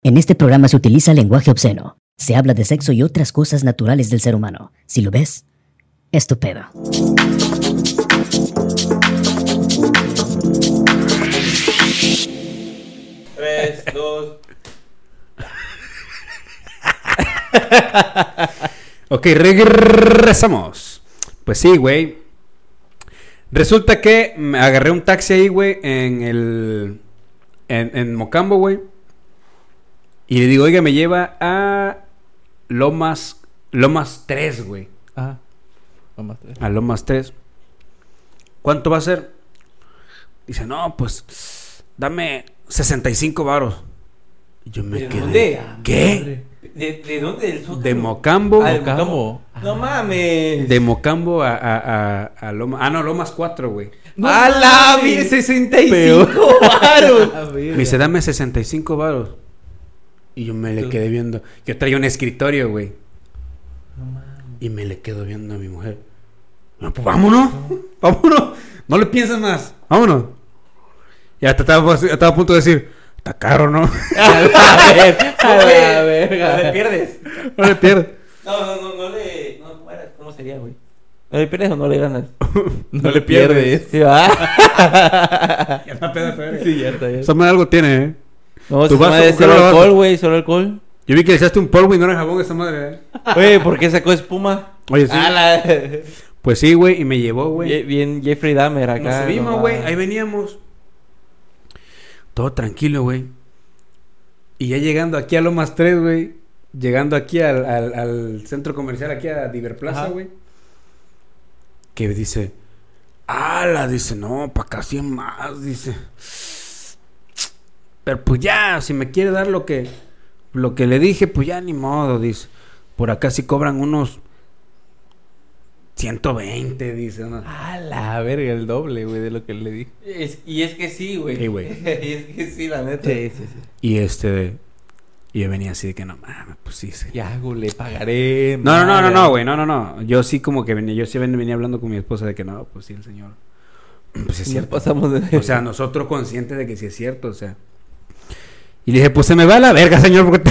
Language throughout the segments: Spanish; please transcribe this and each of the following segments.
En este programa se utiliza lenguaje obsceno. Se habla de sexo y otras cosas naturales del ser humano. Si lo ves, es tu pedo. Tres, dos. Ok, regresamos. Pues sí, güey. Resulta que me agarré un taxi ahí, güey, en Mocambo, güey. Y le digo, oiga, me lleva a Lomas 3, güey. Ajá. Lomas 3. A Lomas 3. ¿Cuánto va a ser? Dice, no, pues, dame 65 varos. Y yo me quedé. ¿Dónde? ¿Qué? ¿De dónde? ¿Del Zócalo? De Mocambo. Ah, de Mocambo. No mames. De Mocambo a Lomas. Ah, no, Lomas 4, güey. ¡A la vi! 65 varos. Me dice, dame 65 varos. Y yo me le quedé viendo. Yo traía un escritorio, güey. No mames. Y me le quedo viendo a mi mujer. No, pues vámonos. Vámonos. No le pienses más. Vámonos. Y hasta estaba a punto de decir, está caro, ¿no? A la verga. No le pierdes. No le pierdes. No le. No, ¿cómo sería, güey? ¿No le pierdes o no le ganas? No le pierdes. Sí, va. Ya está pedo, Sí, ya está. Eso más algo tiene, ¿eh? No, Tu si vaso, madre es ¿con qué solo lo alcohol, vas? güey, solo alcohol. Yo vi que le echaste un polvo y no era jabón esa madre, ¿eh? Oye, ¿por qué sacó espuma? Oye, sí. La... Pues sí, güey, y me llevó, güey. Bien Jeffrey Dahmer acá. Nos subimos, no, güey, ahí veníamos. Todo tranquilo, güey. Y ya llegando aquí a Lomas 3, güey. Llegando aquí al centro comercial, aquí a Diverplaza, güey. Que dice, dice, no, pa' acá 100 más, dice. Pero pues ya, si me quiere dar lo que le dije, pues ya ni modo, dice. Por acá sí cobran unos 120, dice, ¿no? A la verga, el doble, güey, de lo que le dije. Y es que sí, güey. Sí, güey. Y es que sí, la neta. Sí. Y y yo venía así de que no mames, pues sí. Ya, güey, le pagaré. No, güey, no. Yo sí como que venía hablando con mi esposa de que no, pues sí, el señor. Pues es Nos cierto. pasamos de... O sea, nosotros conscientes de que sí es cierto, o sea. Y le dije, pues se me va a la verga, señor, porque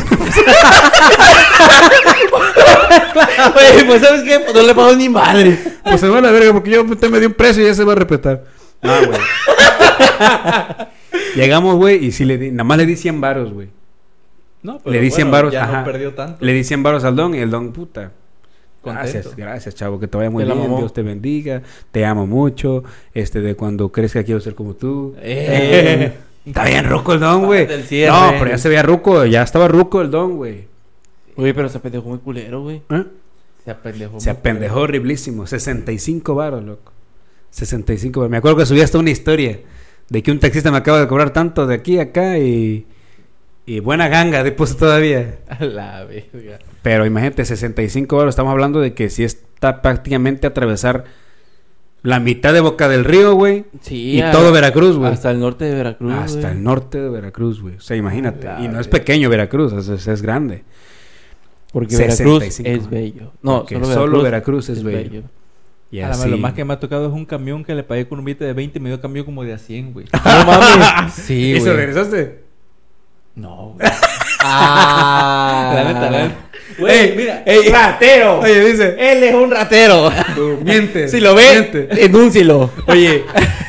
Oye, pues ¿sabes qué? Pues no le pago ni madre. pues se me va a la verga porque usted me dio un precio y ya se va a respetar. No, güey. Llegamos, güey, y sí nada más le di 100 varos, güey. No, pero Le di 100 varos, ya ajá. no perdió tanto. Le di 100 varos al don y el don, puta. Contento. Gracias, chavo, que te vaya muy Te la bien, mamó. Dios te bendiga, te amo mucho, de cuando crezca quiero ser como tú. Está bien ruco el don, güey. Del cierre. No, pero ya se veía ruco, ya estaba ruco el don, güey. Oye, pero se apendejó muy culero, güey. ¿Eh? Se Se apendejó horriblísimo, 65 varos, loco. 65 varos. Me acuerdo que subí hasta una historia de que un taxista me acaba de cobrar tanto de aquí a acá y buena ganga después todavía. A la verga. Pero imagínate, 65 varos, estamos hablando de que si está prácticamente a atravesar la mitad de Boca del Río, güey. Sí. Y todo Veracruz, güey. Hasta el norte de Veracruz. Hasta güey. el norte de Veracruz, güey. O sea, imagínate. La Y no es verga. pequeño Veracruz, es grande. Porque Veracruz 65. es bello. No, Porque solo Veracruz es bello. Y Ahora, así. lo más que me ha tocado es un camión que le pagué con un billete de 20 y me dio cambio como de a 100, güey. No mames. Sí, ¿Y se güey. regresaste? No, güey. La La neta. Güey, mira. ¡Ratero! Oye, dice. Él es un ratero. Miente. Si lo ve, Miente. denúncielo. Oye.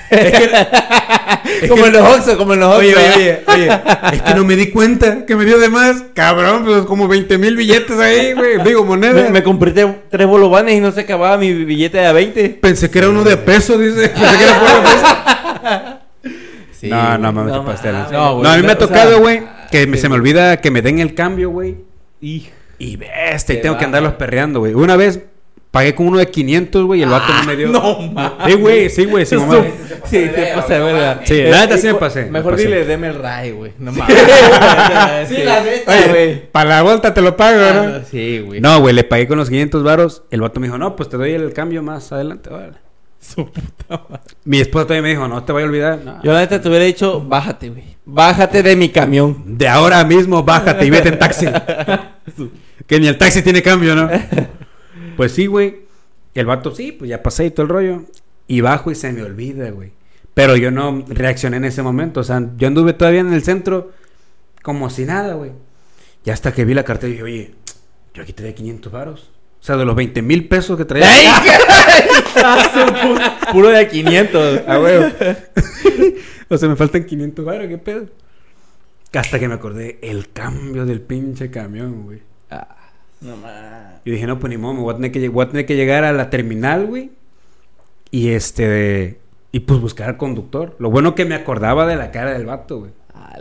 Como en los Oxxo, como en los Oxxo. Oye. Es que no me di cuenta que me dio de más. Cabrón, pues como 20,000 billetes ahí, güey. Digo, moneda. Me compré 3 bolovanes y no se acababa mi billete de a 20. Pensé que era uno de peso, dice. Pensé que era puro peso. Sí, No, güey. mames, no te pastelas. mames. No, güey, No, a mí me ha o sea, tocado, güey, que se me olvida que me den el cambio, güey. Hijo. Y bestia, y Qué tengo que baja. andarlos perreando, güey. Una vez pagué con uno de 500, güey, y el vato no me dio. No, mames. Sí, güey, sí, mamá. Sí, te pasé, ¿verdad? Sí, la neta sí me pasé. Mejor me pasé. dile, deme el ray, güey. No mames. Sí, la neta, Oye, güey. para la vuelta te lo pago, ¿no? Sí, güey. No, güey, le pagué con los 500 varos. El vato me dijo, no, pues te doy el cambio más adelante, vale. Su puta madre. Mi esposa también me dijo, no te voy a olvidar. No. Yo la neta te hubiera dicho, bájate, güey. Bájate de mi camión. De ahora mismo bájate y vete en taxi. Que ni el taxi tiene cambio, ¿no? Pues sí, güey. Y el vato, sí, pues ya pasé y todo el rollo. Y bajo y se me olvida, güey. Pero yo no reaccioné en ese momento. O sea, yo anduve todavía en el centro como si nada, güey. Y hasta que vi la cartera dije, oye, yo aquí traía 500 varos. O sea, de los 20,000 pesos que traía. Puro de a 500. Ah, huevo. O sea, me faltan 500 varos, ¿qué pedo? Hasta que me acordé el cambio del pinche camión, güey. No más. Y dije, no, pues ni modo, me voy a tener que llegar a la terminal, güey. Y y pues buscar al conductor. Lo bueno que me acordaba de la cara del vato, güey.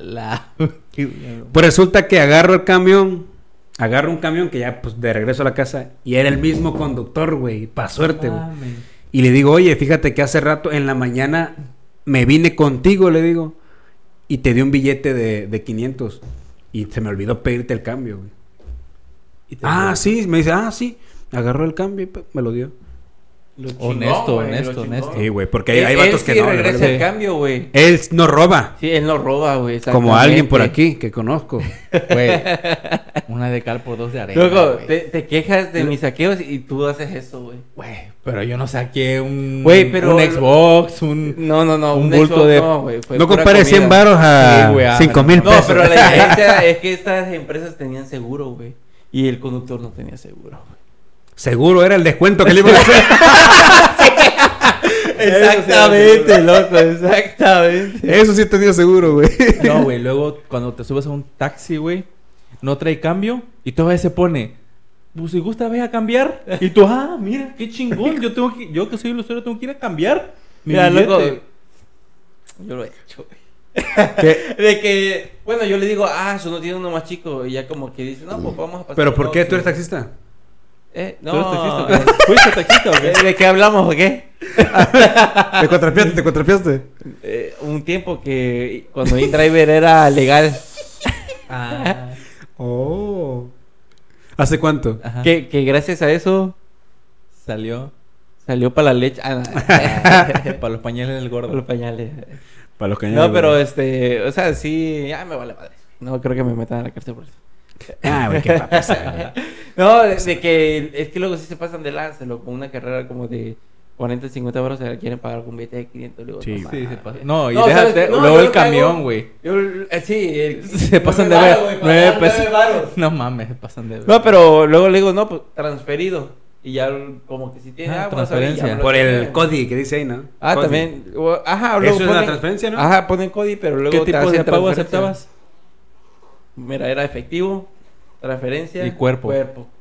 Pues resulta que agarro un camión que ya, pues, de regreso a la casa. Y era el mismo conductor, güey. Pa' suerte, güey. Y le digo, oye, fíjate que hace rato, en la mañana, me vine contigo, le digo. Y te di un billete de 500. Y se me olvidó pedirte el cambio, güey. Sí. Me dice, sí. Agarró el cambio y me lo dio. Honesto. Sí, güey, porque hay vatos que no. Él regresa el cambio, güey. Él no roba. Sí, él no roba, güey. Como alguien por aquí que conozco. Güey, una de cal por 2 de arena. Luego, te quejas de mis saqueos y tú haces eso, güey. Güey, pero yo no saqué un Xbox, No, un bulto Xbox, de... No, güey, No compares 100 varos a 5,000 pesos. No, pero la diferencia es que estas empresas tenían seguro, güey. Y el conductor no tenía seguro, güey. Seguro era el descuento que le iba a hacer. Exactamente, loco, exactamente. Eso sí tenía seguro, güey. No, güey, luego cuando te subes a un taxi, güey, no trae cambio y todavía se pone, pues si gusta ve a cambiar. Y tú, mira, qué chingón, yo que soy el usuario tengo que ir a cambiar. Mira, loco, yo lo he hecho, güey. De que, bueno, yo le digo, eso no tiene uno más chico. Y ya como que dice, no, pues vamos a pasar. ¿Pero por qué? ¿Tú eres taxista? No. ¿Tú eres taxista o qué? ¿Fuiste taxista o qué? ¿De qué hablamos o qué? ¿Te contrapiaste? Un tiempo que cuando InDriver era legal. Oh. ¿Hace cuánto? Ajá. Que gracias a eso Salió para la leche. para los pañales del gordo. Para los pañales. Para los cañones. No, pero o sea, sí, ya me vale madre. No creo que me metan a la cárcel por eso. Güey, qué papasa. No, de que es que luego sí se pasan de lanza, con una carrera como de 40, 50 baros se quieren pagar con un billete de 500. Luego, Sí, Sí, se pasa. No, y ¿sabes? déjate, No, luego yo el lo traigo. camión, güey. Sí, Se pasan de 9 ver. varos, güey, 9 para pesos. 9 varos. No mames, se pasan de ver. No, pero luego le digo, no, pues transferido. Y ya como que si tiene transferencia. Por el CODI que dice ahí, ¿no? CODI. También. Ajá, Eso luego es una transferencia, ¿no? Ajá, ponen CODI, pero luego ¿Qué tipo de pago aceptabas? Mira, era efectivo, transferencia Y cuerpo.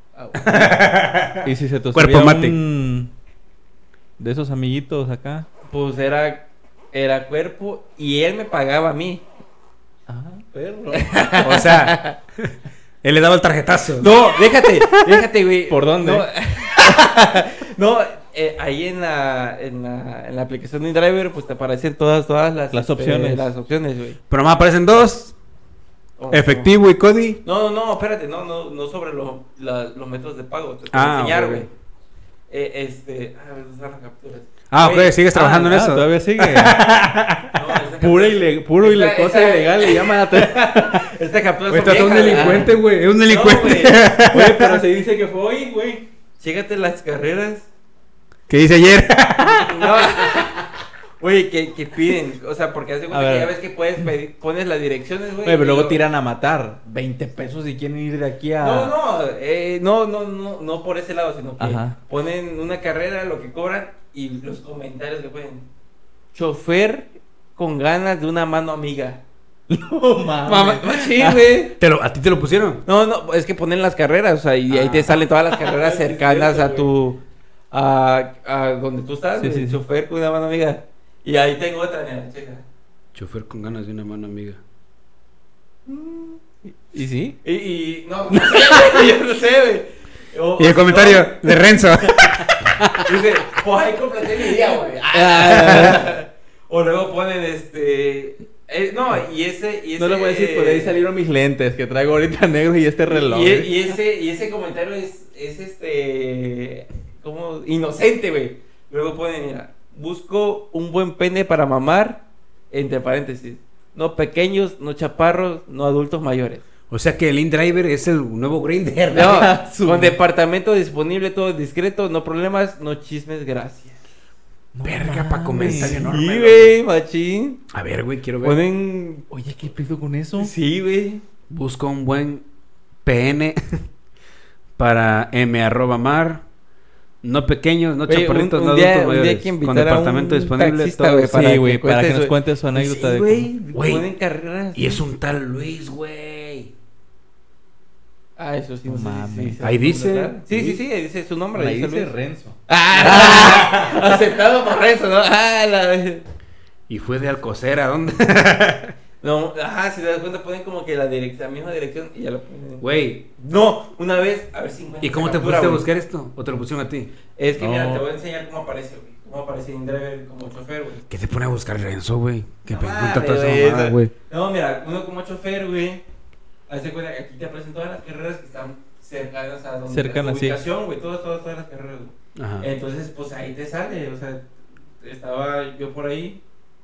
Y si se te Cuerpo subía mate. de esos amiguitos acá. Pues era cuerpo y él me pagaba a mí. Perro. O sea, él le daba el tarjetazo. No, déjate, güey. ¿Por dónde? No, ahí en la aplicación de InDriver, pues te aparecen todas Las opciones. Las opciones, güey. Pero más aparecen dos. Oh, Efectivo y CODI. No, espérate, no sobre los métodos de pago. Te voy a enseñar, ok. güey. A ver, usar las capturas. Ok, Güey, sigues trabajando en eso. Todavía sigue. no, esta cosa ilegal y llámate. Esta captura Güey, son está un viejas, delincuente, güey. Es un delincuente. Güey, pero se dice que fue hoy, güey. Chécate las carreras. ¿Qué dice ayer? No. Güey, que piden, o sea, porque hace A cuenta que ver. ya ves que puedes pedir, pones las direcciones, güey. Güey, pero y luego tiran a matar. 20 pesos si quieren ir de aquí a... No por ese lado, sino que Ajá. ponen una carrera, lo que cobran y los comentarios que ponen. Chofer con ganas de una mano amiga. No mames. Sí, güey. ¿A ti te lo pusieron? No, es que ponen las carreras, o sea, y ahí te salen todas las carreras cercanas a tu... A donde tú estás, Sí, güey, sí. chofer con una mano amiga. Y ahí tengo otra, mira, checa. Chofer con ganas de una mano amiga. ¿Y sí? Y no sé, güey, yo no sé, güey. Y el comentario de Renzo. Dice, pues ahí completé mi día, güey. O luego ponen no, y ese. No le voy a decir, pues de ahí salieron mis lentes que traigo ahorita negros y este reloj. Y ese comentario es como inocente, güey. Luego ponen, mira, busco un buen pene para mamar, entre paréntesis. No pequeños, no chaparros, no adultos mayores. O sea que el InDriver es el nuevo Grindr. No, con departamento disponible, todo discreto, no problemas, no chismes, gracias. Verga, para comentario enorme. Sí, güey, machín. A ver, güey, quiero ver. Ponen. Oye, ¿qué pedo con eso? Sí, güey. Busco un buen PN para m@mar. No pequeños, no Güey, chaparritos, no un día- adultos un día hay mayores. que Con invitar a departamento un disponible. taxista, todo. güey, Sí, güey, para que cuente nos su- cuente su anécdota Sí, de güey, Güey. ponen carreras. Y es un tal Luis, güey. Ah, eso sí, no sé si- Mames. si- Ahí dice. Sí, ahí dice su nombre. Ahí dice Luis. Renzo. Ah, aceptado por eso, ¿no? Ah, Y fue de Alcocera, ¿dónde? No, ajá, si te das cuenta ponen como que la misma dirección y ya lo ponen. Güey. No, una vez, a ver si encuentro ¿Y cómo esa te captura, pusiste a güey. buscar esto? ¿O te lo pusieron a ti? Es que mira, No. te voy a enseñar cómo aparece, güey. Cómo aparece InDriver como chofer, güey. ¿Qué te pone a buscar Renzo, güey? Que No pregunta mames, toda güey, esa mamada, esa- güey. No, mira, uno como chofer, güey. Hazte cuenta que aquí te aparecen todas las carreras que están cercanas a donde Cercanas, tu sí. ubicación, güey. Todas las carreras, güey. Ajá. Entonces, pues ahí te sale, o sea, estaba yo por ahí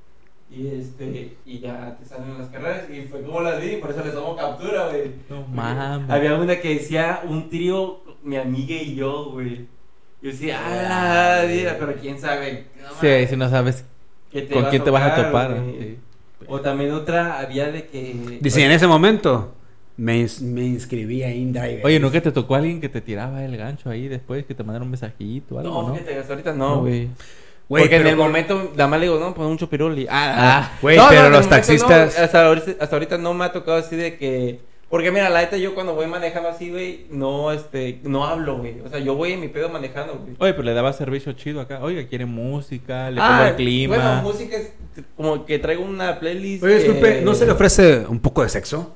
y ya te salen las carreras y fue como las vi, por eso les tomo captura, güey. No mames. Había una que decía un trío, mi amiga y yo, güey. Yo decía, mira, pero quién sabe. No Sí, mames, si no sabes ¿qué te con va quién te vas a tocar, topar. güey? Sí. O también otra había de que... Dice, en ese momento me inscribí a InDriver. Oye, ¿nunca te tocó alguien que te tiraba el gancho ahí después, que te mandara un mensajito o algo, No, no? fíjate, hasta ahorita no, güey. Güey, Porque en pero el con- momento, nada más le digo, no, pon un chupiruli. Güey, No, pero en el los momento taxistas... no, hasta ahorita no me ha tocado así de que. Porque mira, la neta, yo cuando voy manejando así, güey, no hablo, güey. O sea, yo voy en mi pedo manejando, güey. Oye, pero le daba servicio chido acá. Oiga, quiere música, le pongo el clima. Bueno, música es como que traigo una playlist. Oye, disculpe, ¿no se le ofrece un poco de sexo?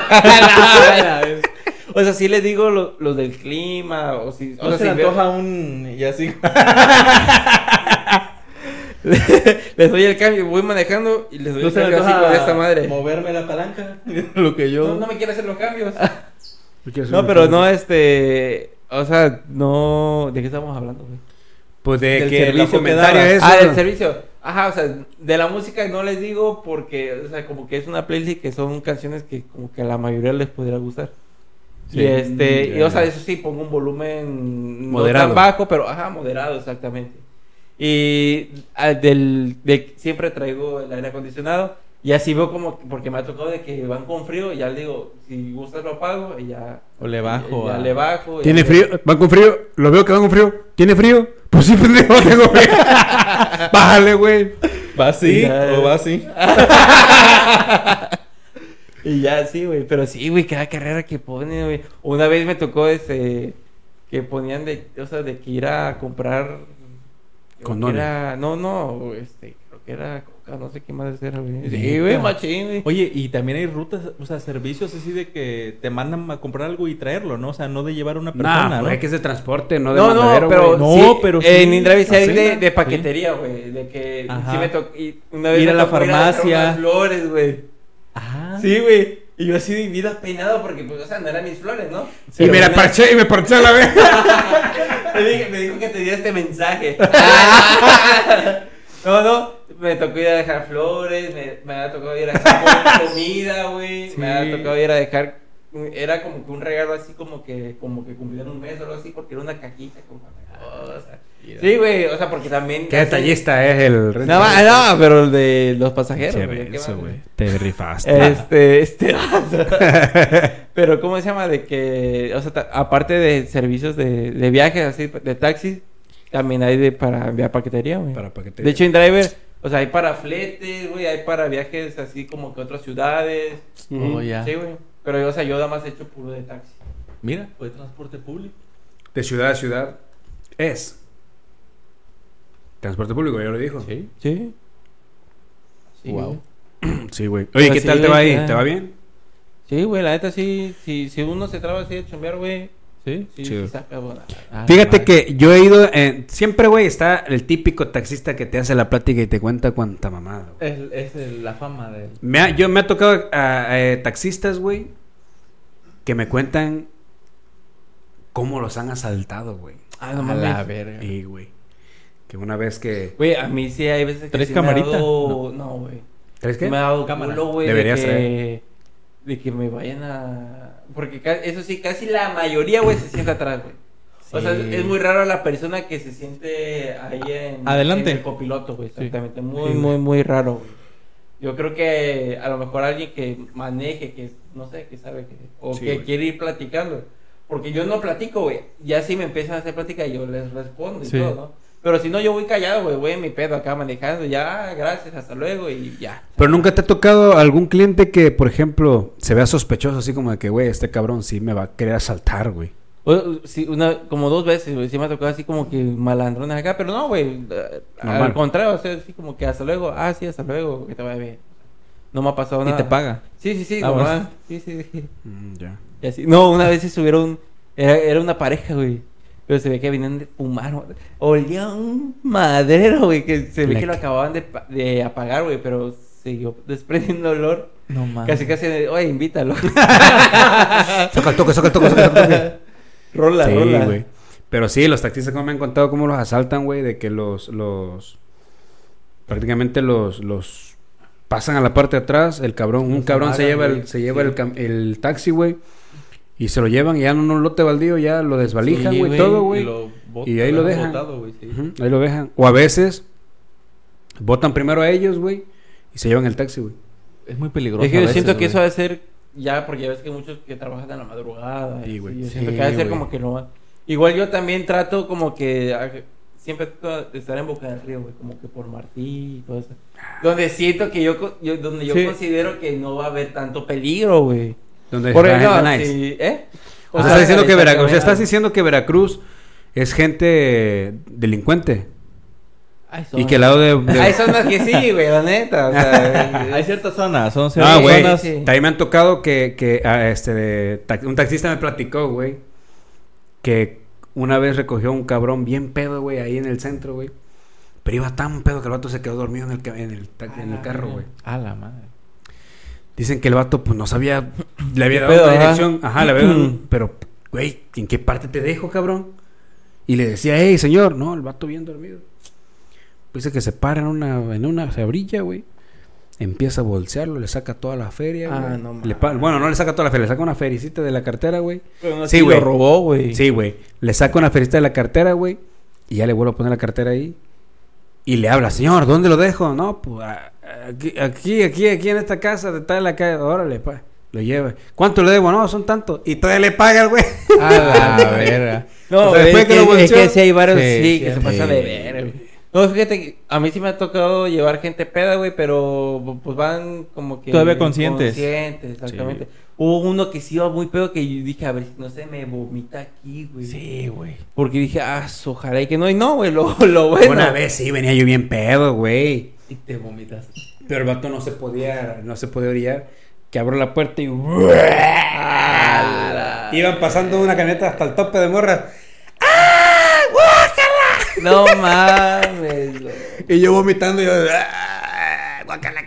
O sea, sí les digo lo del clima, o si... No o sea, se si le veo- antoja un... Y así. les doy el cambio, voy manejando y les doy No el se le cambio así con antoja esta madre. moverme la palanca. Lo que yo... No me quiere hacer los cambios. No, No, pero no, o sea, no... ¿De qué estamos hablando, güey? Pues de Del que servicio los que comentarios dabas. eso... Ah, del servicio. Ajá, o sea, de la música no les digo porque, o sea, como que es una playlist que son canciones que como que a la mayoría les podría gustar. Sí. Y o sea, eso sí, pongo un volumen Moderado. no tan bajo, pero ajá, moderado, exactamente. Y siempre traigo el aire acondicionado y así veo como, porque me ha tocado de que van con frío, y ya le digo, si gustas lo apago y ya... O le bajo Ya a- le bajo. ¿Tiene ya- frío? ¿Van con frío? Lo veo que van con frío. ¿Tiene frío? Pues sí, pendejo, tengo frío. Bájale, güey. ¿Va así Ya. o va así? Y ya, sí, güey. Pero sí, güey, cada carrera que ponen, güey. Una vez me tocó que ponían o sea, de que ir a comprar. creo Condones. que era- no, creo que era coca, no sé qué más era, güey. Sí, güey, machín, güey. Oye, y también hay rutas, o sea, servicios así de que te mandan a comprar algo y traerlo, ¿no? O sea, no de llevar a una persona, Nah, ¿no? pues es que es de transporte, no de No, mandadero, pero, güey. No, sí, pero sí. en Indravi sí hay Sí, de sí. paquetería, güey. De que Ajá. sí me tocó. Una vez Ir a me la tocó ir a dejar farmacia. unas flores, güey. Ah. Sí, güey. Y yo así de vida peinado porque, pues, o sea, no eran mis flores, ¿no? Y Pero me la una- parché y me parché a la vez. me dijo que te diera este mensaje. No, me tocó ir a dejar flores, me ha tocado ir a dejar comida, güey. Sí. Me ha tocado ir a dejar, era como que un regalo así como que cumplieron un mes o algo así, porque era una cajita con cosas. Sí, güey, o sea, porque también... Qué detallista es el... No, pero el de los pasajeros. Sí, güey, ¿qué eso, más, güey. Te rifaste. Pero ¿cómo se llama? De que, o sea, aparte de servicios de viajes, así, de taxis, también hay para enviar paquetería, güey. Para paquetería. De hecho, InDriver, o sea, hay para fletes, güey, hay para viajes así como que a otras ciudades. Oh, ya. Sí, güey. Pero, o sea, yo nada más he hecho puro de taxi. Mira, fue transporte público. De ciudad a ciudad. Es. Transporte público, ya lo dijo. Sí. Sí. Sí, Wow. güey. Sí, güey. Oye, Pero ¿qué sí, tal te güey, va ahí? ya. ¿Te va bien? Sí, güey, la neta sí. Si uno se traba así de chambear, güey. Sí. Sí, Chido. sí saca, bueno. Ah, Fíjate vale. que yo he ido... siempre, güey, está el típico taxista que te hace la plática y te cuenta cuánta mamada, güey. La fama de... Me ha tocado taxistas, güey, que me cuentan cómo los han asaltado, güey. Ah, no A mames. la verga. Y, güey, que una vez que... Güey, a mí sí hay veces que ¿Traes sí camarita? me ha dado... No, güey. ¿Crees Sí que? me ha dado Cámara. culo, güey, Deberías de que me vayan a... Porque eso sí, casi la mayoría, güey, se sienta atrás, güey. O sea, Sí. es muy raro la persona que se siente ahí Adelante. en el copiloto, güey, exactamente. Muy, Sí. muy, muy raro, güey. Yo creo que a lo mejor alguien que maneje, que no sé, que sabe, o Sí, que güey. quiere ir platicando. Porque yo no platico, güey. Ya si me empiezan a hacer plática, yo les respondo y Sí. todo, ¿no? Pero si no, yo voy callado, güey. Voy en mi pedo acá manejando. Ya, gracias, hasta luego y ya. Pero nunca te ha tocado algún cliente que, por ejemplo, se vea sospechoso, así como de que, güey, este cabrón sí me va a querer asaltar, güey. Sí, como 2 veces, güey. Sí me ha tocado así como que malandrones acá. Pero no, güey. Normal. Al contrario, o sea, así como que hasta luego. Ah, sí, hasta luego. Que te vaya bien. No me ha pasado Y nada. te paga. Sí, Ah, normal. bueno. Sí. Ya. Y así. No, una vez se subieron. Era una pareja, güey. Pero se ve que venían de fumar, güey. Olía un madero, güey. Que se ve que lo acababan de apagar, güey. Pero siguió desprendiendo olor. No mames. Casi, oye, invítalo. Saca el toque, saca el toque, saca el toque. rola. Sí, güey. Pero sí, los taxistas como me han contado cómo los asaltan, güey, de que prácticamente los pasan a la parte de atrás, un cabrón se amarran, lleva güey. el taxi, güey, y se lo llevan y ya en un lote baldío ya lo desvalijan, Sí, güey, güey, todo, güey. Y ahí lo dejan. Botado, güey, sí. Ujú, ahí lo dejan. O a veces botan primero a ellos, güey, y se llevan el taxi, güey. Es muy peligroso. Es que a yo veces, siento que güey. eso debe ser ya, porque ya ves que muchos que trabajan en la madrugada. Sí, y güey. así, yo Sí, siento que debe ser güey. como que no va. Igual yo también trato como que siempre trato de estar en Boca del Río, güey, como que por Martí y todo eso. Donde siento que donde yo Sí. considero que no va a haber tanto peligro, güey. Donde Por está ejemplo, gente nice. sí, ¿eh? O sea, estás diciendo que exactamente. o sea, estás diciendo que Veracruz es gente delincuente. Ay, son- Y que al lado de Hay zonas que sí, güey, la neta. O sea, Hay ciertas zonas, son ciertas Ah, güey. zonas. Sí. También me han tocado que un taxista me platicó, güey, que una vez recogió un cabrón bien pedo, güey, ahí en el centro, güey. Pero iba tan pedo que el vato se quedó dormido en el carro, güey. A la madre. Dicen que el vato, pues, no sabía, le había ¿Qué dado pedo, una ajá? dirección. Ajá, le había dado, pero, güey, ¿en qué parte te dejo, cabrón? Y le decía, hey, señor, no, el vato bien dormido. Pues dice que se para en una sabrilla, güey. Empieza a bolsearlo, le saca toda la feria, Ah, güey. no Bueno, no le saca toda la feria, le saca una fericita de la cartera, güey. Pero no, Sí, sí, güey. lo robó, güey. Sí, güey. Le saca una fericita de la cartera, güey. Y ya le vuelvo a poner la cartera ahí. Y le habla, señor, ¿dónde lo dejo? No, pues aquí en esta casa, de tal la calle. Órale, pues. Lo lleva. ¿Cuánto le debo? No, son tantos. Y todavía le paga el güey. A la verga. No, O sea, después es que lo es bolseó. que sí hay varios Sí, sí, que se siempre. pasan de ver, güey. No, fíjate que a mí sí me ha tocado llevar gente peda, güey, pero pues van como que... Todavía conscientes. Conscientes, exactamente. Sí. Hubo uno que sí iba muy pedo que yo dije, a ver si no se me vomita aquí, güey. Sí, güey. Porque dije, ojalá y que no. Y no, güey, lo bueno. Una vez sí, venía yo bien pedo, güey. Y te vomitas. Pero el vato no se podía orillar. Que abro la puerta y... Iban pasando una camioneta hasta el tope de morras. No mames, güey. Y yo vomitando y yo... Guácala,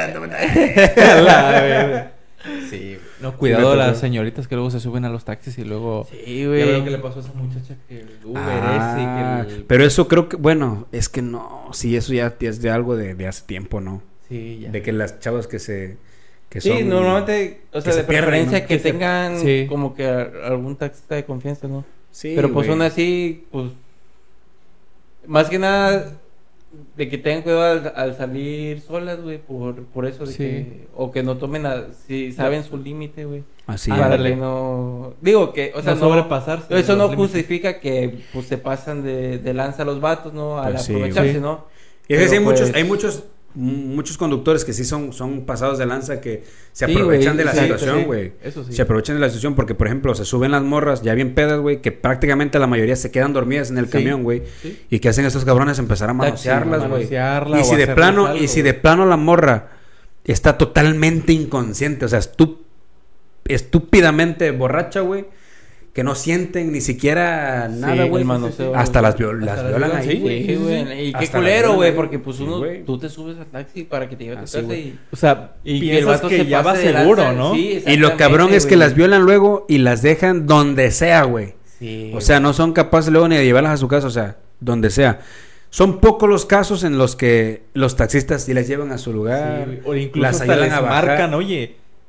Sí, no, cuidado me las tocó. señoritas que luego se suben a los taxis y luego... Sí, Ya güey. veo que le pasó a esa muchacha que el Uber ese y que el... Pero eso creo que... Bueno, es que no... Sí, eso ya es de algo de hace tiempo, ¿no? Sí, ya. De que las chavas que se... Que Sí, son, normalmente, o sea, que de se pierden, preferencia ¿no? que Que se- tengan sí. como que algún taxista de confianza, ¿no? Sí, Pero pues güey. aún así, pues, más que nada, de que tengan cuidado al salir solas, güey, por eso de Sí. que, o que no tomen, si saben su límite, güey. Así Para ándale. que no, digo que, o sea, No no, sobrepasarse eso de no los límites. justifica que, pues, se pasan de lanza los vatos, ¿no? Al Pues sí, aprovecharse, güey. ¿no? Y es que sí, Pero, pues, hay muchos conductores que sí son pasados de lanza que se Sí, aprovechan güey, de la exacto, situación, sí. güey. Eso sí. Se aprovechan de la situación porque, por ejemplo, se suben las morras ya bien pedas, güey, que prácticamente la mayoría se quedan dormidas en el Sí. camión, güey. Sí. Y que hacen estos cabrones empezar a manosearlas, güey. manosearla Y o si de hacerles plano, algo, y si güey. de plano la morra está totalmente inconsciente, o sea, estúpidamente borracha, güey, que no sienten ni siquiera nada, el güey. manoseo. Hasta las Hasta las las violan violan, ahí, sí, güey. Sí, güey. Y qué Hasta culero, la güey, violan, porque pues sí, uno, güey. tú te subes al taxi para que te lleve a tu Así, casa güey. y... O sea, Y que el piensas vato que se ya va pase de seguro, lanza, ¿no? sí, Y lo cabrón es que güey. las violan luego y las dejan donde sea, güey. Sí, O sea, no son capaces luego ni de llevarlas a su casa, o sea, donde sea. Son pocos los casos en los que los taxistas sí las llevan a su lugar. Sí, güey. O incluso las hasta ayudan les a bajar. marcan, oye,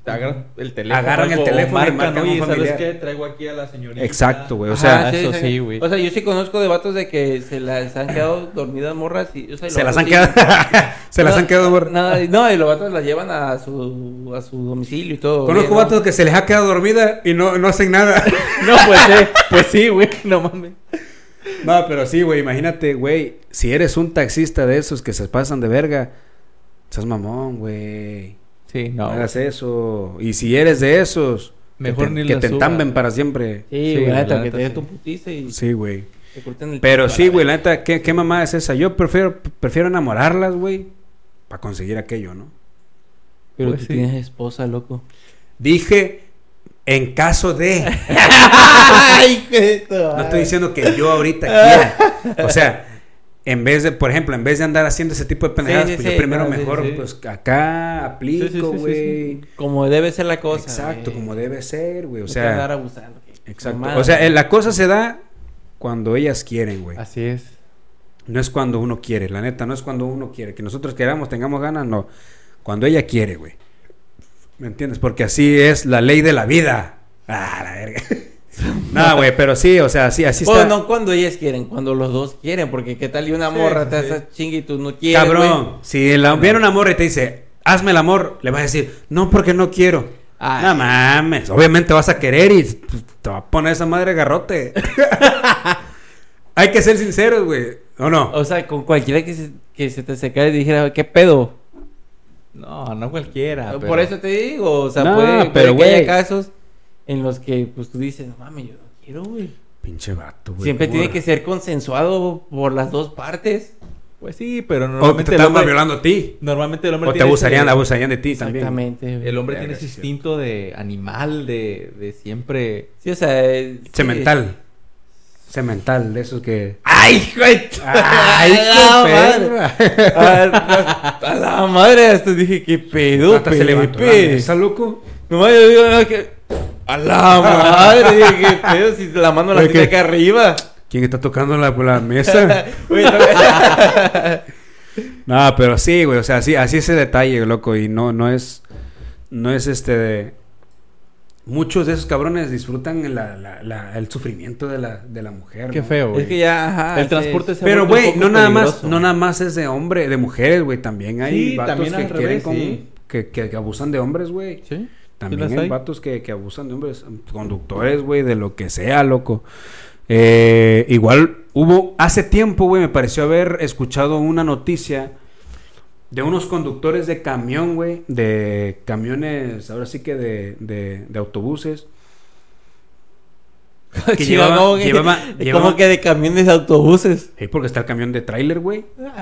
Agarran el teléfono y marcan a un oye, ¿sabes familiar. qué? Traigo aquí a la señorita. Exacto, güey. O Ajá, sea, eso sí, güey. O sea, yo sí conozco de vatos de que se las han quedado dormidas morras y... O sea, y se los las han vatos quedado. Se las No, han quedado por. No, y los vatos las llevan a su domicilio y todo. Conozco bien, ¿no? vatos que se les ha quedado dormida y no hacen nada. No, pues sí, güey. No mames. No, pero sí, güey. Imagínate, güey. Si eres un taxista de esos que se pasan de verga, seas mamón, güey. Sí, No no. hagas eso. Y si eres de esos, Mejor que ni te la suba. entamben para siempre. Sí, Sí, güey, la neta, que neta, te den sí. tu putiza y Sí, güey. te corten el Pero pito a sí, la güey, verga. la neta, ¿qué mamá es esa? Yo prefiero enamorarlas, güey, para conseguir aquello, ¿no? Pero Pues tú sí. tienes esposa, loco. Dije, en caso de... ¡Ay, qué No estoy diciendo que yo ahorita quiera. O sea, en vez de, por ejemplo, en vez de andar haciendo ese tipo de pendejadas, Sí, pues sí, yo primero no, sí, mejor, sí. pues acá aplico, Sí, sí, sí, sí, güey. Como debe ser la cosa. Exacto, güey. como debe ser, güey. O No te andar sea, abusando. que exacto. mamada. O sea, la cosa se da cuando ellas quieren, güey. Así es. No es cuando uno quiere, la neta, no es cuando uno quiere. Que nosotros queramos, tengamos ganas, no. Cuando ella quiere, güey. ¿Me entiendes? Porque así es la ley de la vida. Ah, la verga. No, güey, pero sí, o sea, sí, así Pues está. no cuando ellas quieren, cuando los dos quieren, porque qué tal y una Sí, morra sí, te sí. hace chingue y tú no quieres, Cabrón, güey. si viene una morra y te dice, hazme el amor, le vas a decir, no, porque no quiero. Ay. No mames, obviamente vas a querer y pues, te va a poner esa madre garrote. Hay que ser sinceros, güey. ¿O no? O sea, con cualquiera que se te secara y dijera, ¿qué pedo? No, no cualquiera. Por pero- eso te digo, o sea, No, puede pero, que haya güey. casos en los que pues tú dices, no mames, yo no quiero, güey. Pinche vato, güey. Siempre ¿cómo tiene la- que ser consensuado por las dos partes. Pues sí, pero O que normalmente te están violando a ti. Normalmente el hombre O te tiene abusarían de ti también. Exactamente. güey. El hombre Verga, tiene ese sí, instinto de animal, de siempre... Sí, o sea, Cemental. Cemental, de esos que... ¡Ay, güey! ¡Ay, ¡A qué la perra! A la madre, hasta dije, ¿qué pedo, Hasta se levantó la Pepe? mesa, loco. No, yo digo, no, que... A la madre, dije, ¿qué pedo? Si la mano la Oye, tiene ¿qué? acá arriba. ¿Quién está tocando la mesa? Güey, No, pero sí, güey, o sea, así ese detalle, loco, y no es muchos de esos cabrones disfrutan el sufrimiento de la mujer, Qué ¿no? feo, güey. Es que ya, ajá. El transporte se ha Pero, vuelto un güey, poco no nada peligroso. más es de hombre, de mujeres, güey, también hay Sí, vatos también que al quieren revés, con, sí. que abusan de hombres, güey. Sí. También las hay hay. vatos que abusan de hombres, conductores, güey, de lo que sea, loco. Igual hace tiempo, güey, me pareció haber escuchado una noticia de unos conductores de camión, güey, de camiones, ahora sí que de autobuses. Que Como que de camiones de autobuses. Sí, porque está el camión de tráiler, güey.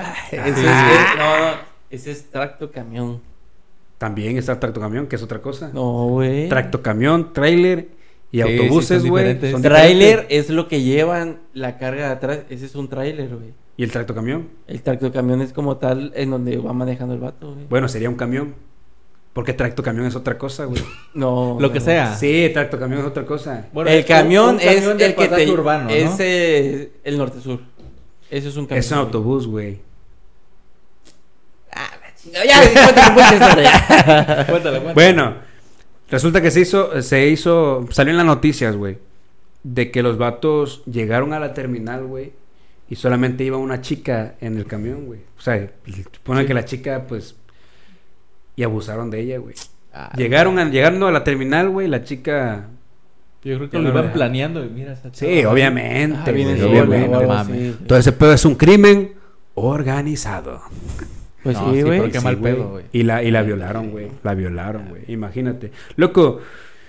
Ese es tracto camión. También está el tractocamión, que es otra cosa. No, güey. Tractocamión, tráiler y Sí, autobuses, sí, son güey. diferentes. son Trailer diferentes. es lo que llevan la carga de atrás. Ese es un trailer, güey. ¿Y el tractocamión? El tracto camión es como tal en donde va manejando el vato, güey. Bueno, sería un camión. Porque tractocamión es otra cosa, güey. No. Lo que sea. Sí, tractocamión es otra cosa. Bueno, el es camión un es camión de el que pasaje te urbano, ¿no? es el norte-sur. Eso es un camión. Es un autobús, güey. Ah, la chingada. Ya, cuéntame, pues, esa ya. Cuéntale. Bueno, resulta que salió en las noticias, güey, de que los vatos llegaron a la terminal, güey, y solamente iba una chica en el camión, güey. O sea, supone que la chica, pues, y abusaron de ella, güey. Llegando a la terminal, güey, la chica... Yo creo que Ya lo no iban lo planeando. Y mira esa Sí, chava. obviamente, viene güey, sola, obviamente. o algo mames. así. Todo ese pedo es un crimen organizado. Pues No, sí, sí, güey. pero qué mal güey. pedo, güey. Y la violaron, güey. La violaron, güey. Imagínate. Loco,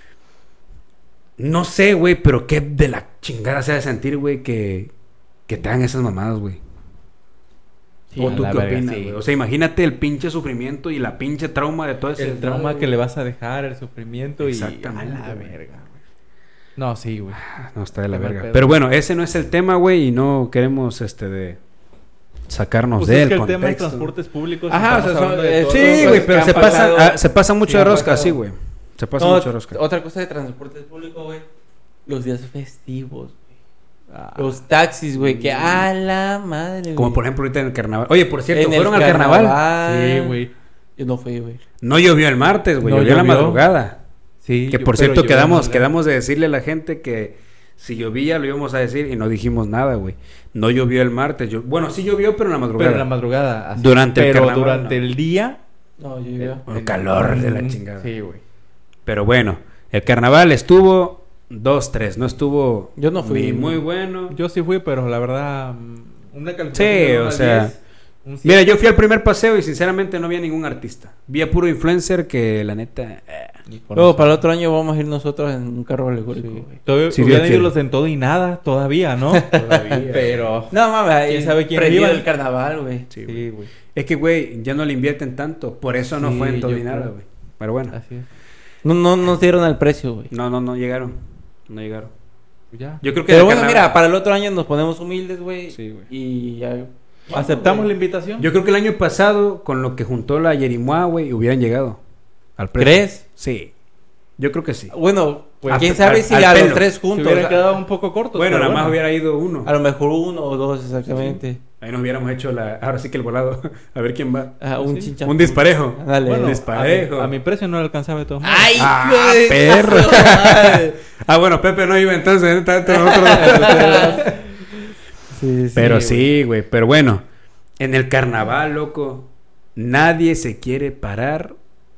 no sé, güey, pero qué de la chingada se ha de sentir, güey, que te hagan esas mamadas, güey. Sí, ¿O tú la qué verga, opinas, sí. güey? O sea, imagínate el pinche sufrimiento y la pinche trauma de todo ese... El trauma que le vas a dejar, el sufrimiento Exactamente, y... A la güey. verga, güey. No, sí, güey. No, está de la Qué mal verga. pedo. Pero bueno, ese no es el tema, güey, y no queremos, de sacarnos Pues de es él. que el tema de transportes públicos... Ajá, estamos o sea, hablando de todo. Sí, Cosas güey, que pero han se pasado. pasa mucho Sí, de han rosca, pasado. sí, güey. Se pasa No, mucho de rosca. otra cosa de transporte público, güey. Los días festivos, güey. Ah, Los taxis, güey. Que a la madre, güey. Como por ejemplo ahorita en el carnaval. Oye, por cierto, En el ¿fueron al carnaval? Sí, güey. Yo no fui, güey. No llovió el martes, güey. No llovió en la llovió. madrugada. Sí. Que por pero cierto, llovió más quedamos de decirle a la gente que si llovía lo íbamos a decir y no dijimos nada, güey. No llovió el martes. Bueno, sí llovió, pero en la madrugada. Pero en la madrugada. Así. Durante el pero carnaval, durante no. el día. No, yo El calor de la chingada. Sí, güey. Pero bueno, el carnaval estuvo 2-3. No estuvo Yo no fui. ni muy bueno. Yo sí fui, pero la verdad. Una calificación Sí, de o 1 al sea, 10, un Mira, 7. yo fui al primer paseo y sinceramente no vi a ningún artista. Vi a puro influencer que la neta... Ni por Luego, eso. para el otro año vamos a ir nosotros en un carro alegórico, güey. Todavía Si hubieran Dios ido quiere. los en todo y nada, todavía, ¿no? Todavía. Pero. No, mames, ¿Quién sabe quién prendido iba? el carnaval, güey. Sí, güey. Sí, güey. Es que, güey, ya no le invierten tanto. Por eso no Sí, fue en todo yo y nada, creo. güey. Pero bueno. Así es. No nos dieron al precio, güey. No llegaron. No llegaron. Ya. Yo creo que... Pero el bueno, carnaval- mira, para el otro año nos ponemos humildes, güey. Sí, güey. Y ya... ¿Aceptamos la invitación? Yo creo que el año pasado, con lo que juntó la Yerimoa, güey, hubieran llegado al precio. ¿Crees? Sí. Yo creo que sí. Bueno, Pues, quién al- sabe al- si al a pelo. los tres Se juntos. hubieran a- quedado un poco cortos. Bueno, pero nada más hubiera ido uno. A lo mejor uno o dos, exactamente. Ahí nos hubiéramos hecho ahora sí que el volado. A ver quién va. Un Sí. chinchón. Un disparejo. Dale. Bueno, Dale. disparejo. A mi precio no le alcanzaba de todos modos. ¡Ay, Ah, hijo de perro. su madre! Bueno, Pepe no iba entonces. Nosotros. Sí, Pero güey. sí, güey. Pero bueno, en el carnaval, loco, nadie se quiere parar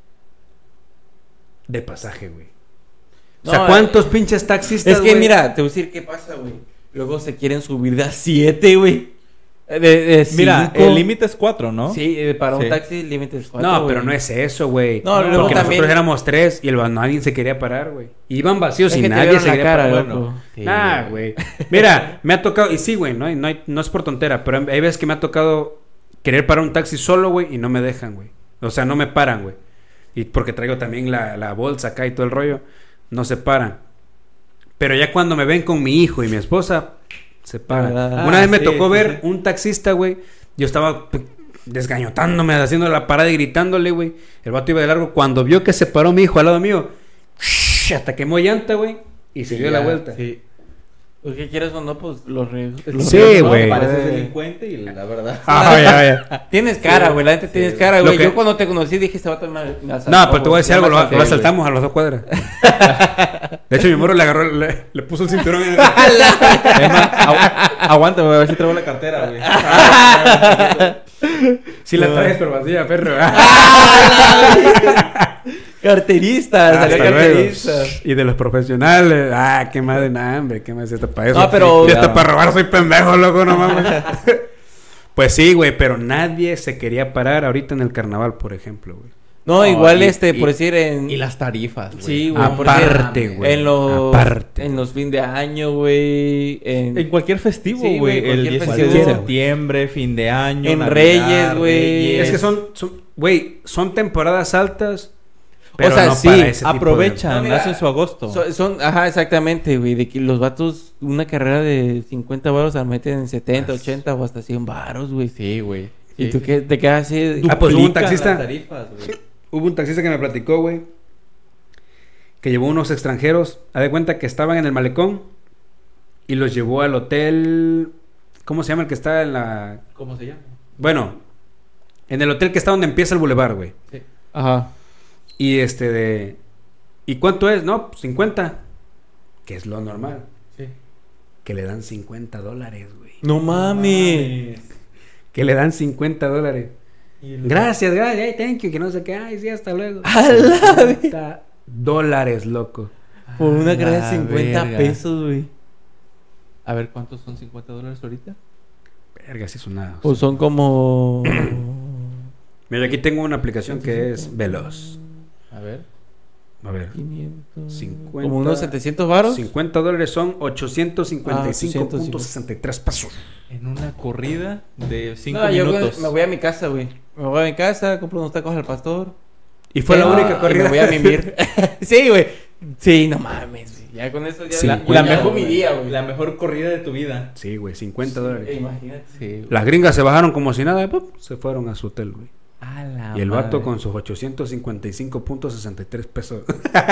de pasaje, güey. O sea, No, ¿cuántos pinches taxistas, Es que güey? mira, te voy a decir qué pasa, güey. Luego se quieren subir de a 7, güey. De Mira, cinco. el límite es 4, ¿no? Sí, para un Sí. taxi límite es 4. No, pero no es eso, güey. No, luego porque también- nosotros éramos 3 y nadie se quería parar, güey. Iban vacíos Es y que te nadie vieron se la quería cara, parar. loco. Sí, Nah, güey. Mira, me ha tocado, y sí, güey, no es por tontera, pero hay veces que me ha tocado querer parar un taxi solo, güey, y no me dejan, güey. O sea, no me paran, güey. Y porque traigo también la bolsa acá y todo el rollo, no se paran. Pero ya cuando me ven con mi hijo y mi esposa, se paran. Ah, Una vez me sí, tocó sí, ver sí. un taxista, güey. Yo estaba desgañotándome, haciendo la parada y gritándole, güey. El vato iba de largo. Cuando vio que se paró mi hijo al lado mío, hasta quemó llanta, güey. Y se dio la vuelta. Sí. Pues qué quieres o no, pues los Sí, No, güey. pareces delincuente y la verdad. Ah, ya. Tienes cara, güey. La gente tienes cara, Lo güey. que- Yo cuando te conocí dije, este vato me asaltó, No, pero te voy a decir ya algo, me lo asalté, güey. asaltamos a las 2 cuadras. De hecho, mi morro le agarró, le puso el cinturón en el... Aguanta, voy a ver si traigo la cartera, güey. Sí la traes, pero vacía, perro. Carterista, Hasta salió luego. carterista. Y de los profesionales, qué madre, nah, hombre, qué más esto para eso. No, pero- Y hasta para robar soy pendejo, loco, no mames. Pues sí, güey, pero nadie se quería parar ahorita en el carnaval, por ejemplo, güey. No, igual y- por decir en... Y las tarifas, güey. Sí, güey. Aparte, porque güey. En los... Aparte. En los fin de año, güey. En cualquier festivo, Sí, güey. güey, El cualquier 17 de festivo. septiembre, fin de año. En Navidad, Reyes, güey. Reyes. Es que güey, son temporadas altas, pero O sea, no sí, para ese tipo de- Aprovechan, No, mira, hacen su agosto. Ajá, exactamente, güey. De que los vatos, una carrera de 50 varos la meten en 70, 80 o hasta 100 varos, güey. Sí, güey. Y tú qué te quedas así. Ah, pues hubo un Duplican taxista. las tarifas, güey. Hubo un taxista que me platicó, güey, que llevó unos extranjeros, haz de cuenta que estaban en el malecón y los llevó al hotel, ¿cómo se llama el que está en la...? ¿Cómo se llama? Bueno, en el hotel que está donde empieza el bulevar, güey. Sí. Ajá. Y ¿y cuánto es? No, pues 50, que es lo normal, Sí. que le dan $50, güey. No mames. Que le dan $50. Y Gracias, ay, thank you, que no sé qué, ay, sí, hasta luego. A la $50, loco. Por una carrera de La 50 verga. pesos, güey. A ver, ¿cuántos son $50 ahorita? Verga, sí es una... Pues son como... Mira, aquí tengo una aplicación que es veloz. A ver. A ver. 500... 50, Como unos 700 varos. $50 son 855.63 pesos. En una corrida de 5 No, yo minutos. me voy a mi casa, güey. Me voy a mi casa, compro unos tacos al pastor. Y fue la única Y corrida. me voy a mimir. Sí, güey. Sí, no mames, güey. Ya con eso ya... Sí, ya la hago mejor- mi día, güey. La mejor corrida de tu vida. Sí, güey, $50. Imagínate. Sí. Las gringas se bajaron como si nada, ¡pum! Se fueron a su hotel, güey. A la Y el vato madre. con sus 855.63 pesos.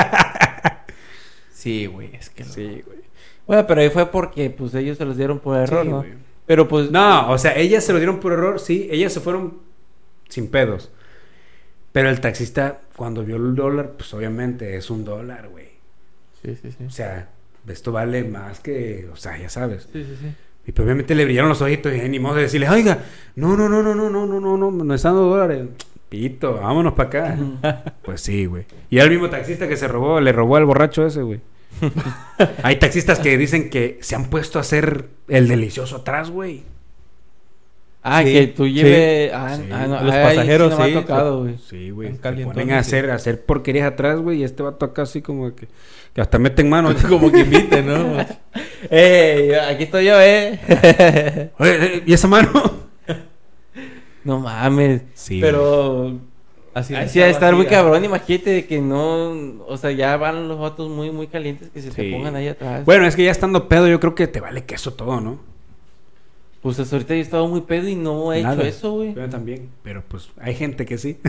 Sí, güey, es que... Sí, güey. Bueno, pero ahí fue porque, pues, ellos se los dieron por error, Sí, ¿no? güey. Pero, pues... No, o sea, ellas se lo dieron por error, sí. Ellas se fueron sin pedos. Pero el taxista, cuando vio el dólar, pues obviamente es $1, güey. Sí, sí, sí. O sea, esto vale más que, o sea, ya sabes. Sí, sí, sí. Y pues obviamente le brillaron los ojitos y ni modo de decirle, oiga, no están $2. Pito, vámonos para acá. Pues sí, güey. Y el mismo taxista que le robó al borracho ese, güey. Hay taxistas que dicen que se han puesto a hacer el delicioso atrás, güey. Ah, Sí, que tú lleves... sí. Ah, Sí. ah, no, Los ay, pasajeros, sí, no me sí. ha tocado, güey. Sí, güey. Están Se calientones, ponen a sí. hacer porquerías atrás, güey. Y este vato acá así como que hasta meten mano. Como que inviten, ¿no? Aquí estoy yo, Oye, ¿y esa mano? No mames. Sí. Pero... Así Así ha de estar muy cabrón, imagínate de que no... O sea, ya van los vatos muy, muy calientes que se te Sí. pongan ahí atrás. Bueno, es que ya estando pedo, yo creo que te vale queso todo, ¿no? Pues hasta ahorita yo he estado muy pedo y no he Nada. hecho eso, güey. Yo también. Pero pues hay gente que sí.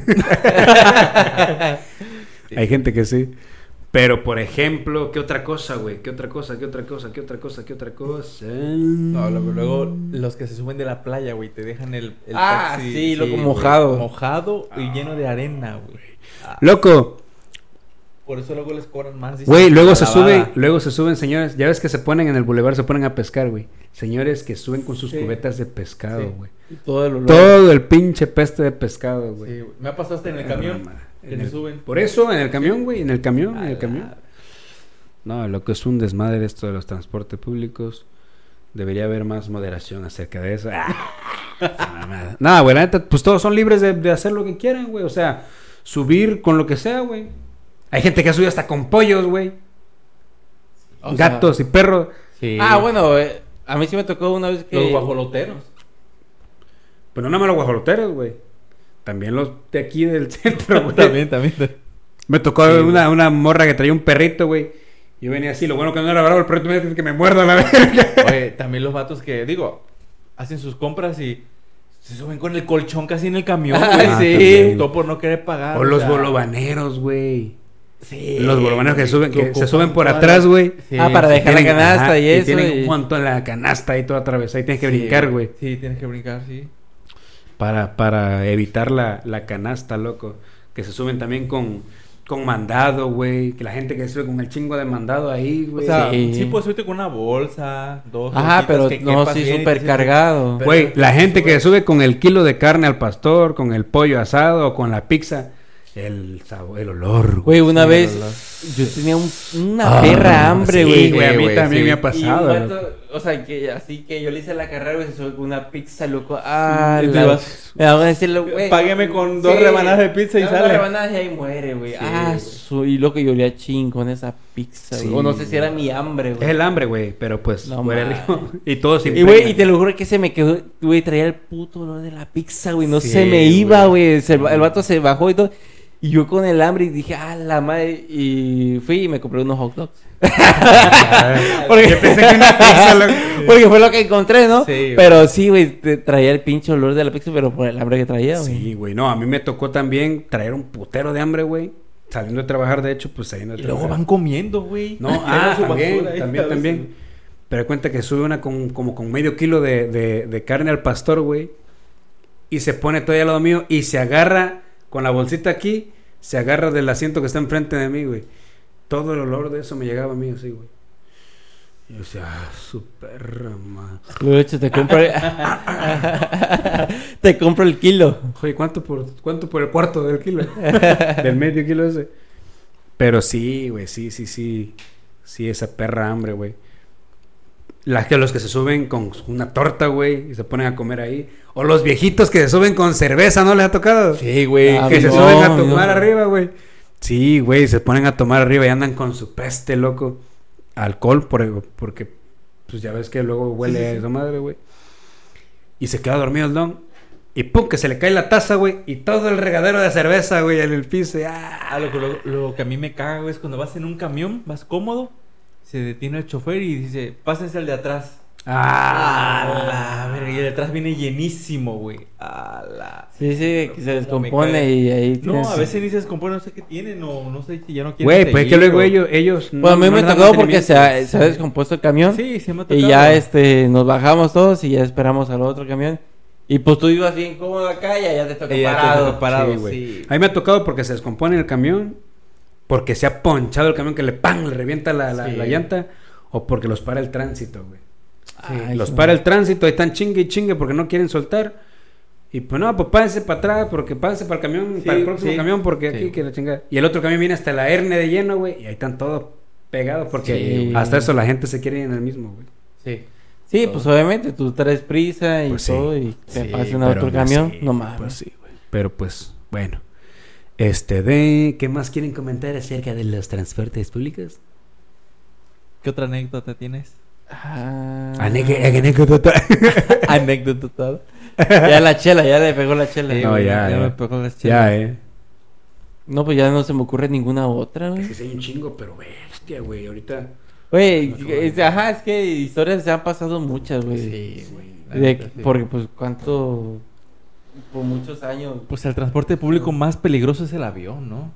Hay gente que sí. Pero, por ejemplo, ¿qué otra cosa, güey? ¿Qué otra cosa? No, luego los que se suben de la playa, güey, te dejan el Ah, taxi, sí, loco, güey, mojado. mojado y lleno de arena, güey. Loco, Por eso luego les cobran más. dicen, güey, luego la se lavada. suben, señores. Ya ves que se ponen en el bulevar, se ponen a pescar, güey. Señores que suben con sus Sí. cubetas de pescado, Sí. güey. Y todo el olor. Todo el pinche peste de pescado, güey. Sí, güey. Me ha pasado hasta en el camión. Que En se el- suben. Por eso, en el camión, güey, en el camión. la- No, lo que es un desmadre esto de los transportes públicos. Debería haber más moderación acerca de eso. Mamada. No, güey, la neta, pues todos son libres de hacer lo que quieran, güey. O sea, subir con lo que sea, güey. Hay gente que ha subido hasta con pollos, güey. O sea, Gatos y perros. Sí. Ah, bueno, a mí sí me tocó una vez que... Los guajoloteros. Pero no nada más los guajoloteros, güey. También los de aquí del centro, güey. También. Me tocó Sí, una morra que traía un perrito, güey. Yo venía así, lo bueno que no era bravo, el perrito me dice que me muerda la verga. Oye, también los vatos que, digo, hacen sus compras y se suben con el colchón casi en el camión, Ah, güey. sí. también. Todo por no querer pagar. O los sea, bolovaneros, güey. Sí. Los bolovaneros que suben, que se ocupan suben por toda atrás, la- güey. Sí, Ah, para sí. dejar la canasta ajá, y eso. tienen y- un montón la canasta y todo atravesada y tienes que Sí, brincar, güey. Sí, tienes que brincar, sí. Para evitar la canasta, loco. Que se suben también con mandado, güey. Que la gente que se sube con el chingo de mandado ahí, O güey. sea, Sí. sí puedes subirte con una bolsa, dos Ajá, bolsitas pero que no, quepas sí, bien y súper te- cargado. Pero- Güey, la gente que sube con el kilo de carne al pastor, con el pollo asado o con la pizza. El sabor, el olor, Güey, una Sí, vez la verdad. yo tenía una perra hambre, güey. Sí, güey, a mí güey, también sí. me ha Y un pasado. vato, o sea, que así que yo le hice la carrera, güey, se sube con una pizza, loco. Ah, Y te la- vas- me van a decirle, güey. Págueme con dos rebanadas de pizza y Dos sale. rebanadas y ahí muere, güey. Sí, Ah, güey. y loco, yo olía ching con esa pizza, Sí. güey. O no sé si era mi hambre, Es güey. el hambre, güey, pero pues No huele mames. rico. Y todo sin Y güey, y te lo juro que se me quedó, güey, traía el puto olor de la pizza, güey. No Sí, se me iba, güey. güey. El vato se bajó y todo. Y yo con el hambre y dije, ah, la madre. Y fui y me compré unos hot dogs. Porque, Yo pensé que una pizza, loco. porque fue lo que encontré, ¿no? Sí, güey. Pero sí, güey, traía el pinche olor de la pizza, pero por el hambre que traía, güey. Sí, güey. No, a mí me tocó también traer un putero de hambre, güey. Saliendo de trabajar, de hecho, pues saliendo de Y luego trabajar. van comiendo, güey. No, Dejan su también, basura ahí, a veces. también. Pero cuenta que sube una como con medio kilo de carne al pastor, güey. Y se pone todavía al lado mío y se agarra con la bolsita aquí, se agarra del asiento que está enfrente de mí, güey. Todo el olor de eso me llegaba a mí así, güey. Y yo decía, su perra, man. Lo hecho, te compro te compro el kilo. Oye, ¿cuánto por el cuarto del kilo? Del medio kilo ese. Pero sí, güey, sí. Sí, esa perra hambre, güey. Los que se suben con una torta, güey, y se ponen a comer ahí. O los viejitos que se suben con cerveza, ¿no les ha tocado? Sí, güey. Ah, Que se no, suben a no. tomar arriba, güey. Sí, güey, se ponen a tomar arriba y andan con su peste, loco. Alcohol, porque pues ya ves que luego huele a esa madre, güey. Y se queda dormido el don. Y pum, que se le cae la taza, güey. Y todo el regadero de cerveza, güey, en el piso. Y, Ah, lo que a mí me caga, güey, es cuando vas en un camión, vas cómodo, se detiene el chofer y dice, pásense al de atrás. Ah, la verga, y el de atrás viene llenísimo, güey. A la... Sí, que se No, me descompone caga. y ahí No, tienes- a veces ni se descompone, no sé qué tienen, o no sé si ya no quieren güey, pues es que seguir, luego o- ellos Bueno, a mí no me les dan tocó porque se mantenimiento. ha descompuesto el camión. Sí, se me ha tocado. Y ya nos bajamos todos y ya esperamos al otro camión. Y pues tú ibas bien cómodo acá y allá te toca Y ya te parado. toca parado, Sí, güey. sí. A mí me ha tocado porque se descompone el camión, porque se ha ponchado el camión que le revienta la Sí. llanta, o porque los para el tránsito, güey. Ay, Los sí. para el tránsito, ahí están chingue y chingue porque no quieren soltar. Y pues no, pues pásense para atrás, porque pásense para el camión, Sí, para el próximo sí. camión, porque Sí. aquí que la chingada. Y el otro camión viene hasta la Erne de lleno, güey, y ahí están todos pegados, porque Sí. hasta eso la gente se quiere ir en el mismo, güey. Sí. Sí, pues obviamente tú traes prisa y Pues sí. todo y te Sí, pasa un pero otro no camión. sé, No mames. Pues sí, güey. Pero pues, bueno. ¿Qué más quieren comentar acerca de los transportes públicos? ¿Qué otra anécdota tienes? Ah. Anécdota. Anécdota. Ya la chela, ya le pegó la chela. No, ya. me pegó las Ya, chelas. No, pues ya no se me ocurre ninguna otra, güey. Es que sí hay un chingo, pero bestia, güey. Ahorita. Güey, ajá, es que historias se han pasado muchas, güey. Sí, güey. la De- neta, sí. Porque, pues, cuánto. Por muchos años. Pues el transporte público más peligroso es el avión, ¿no?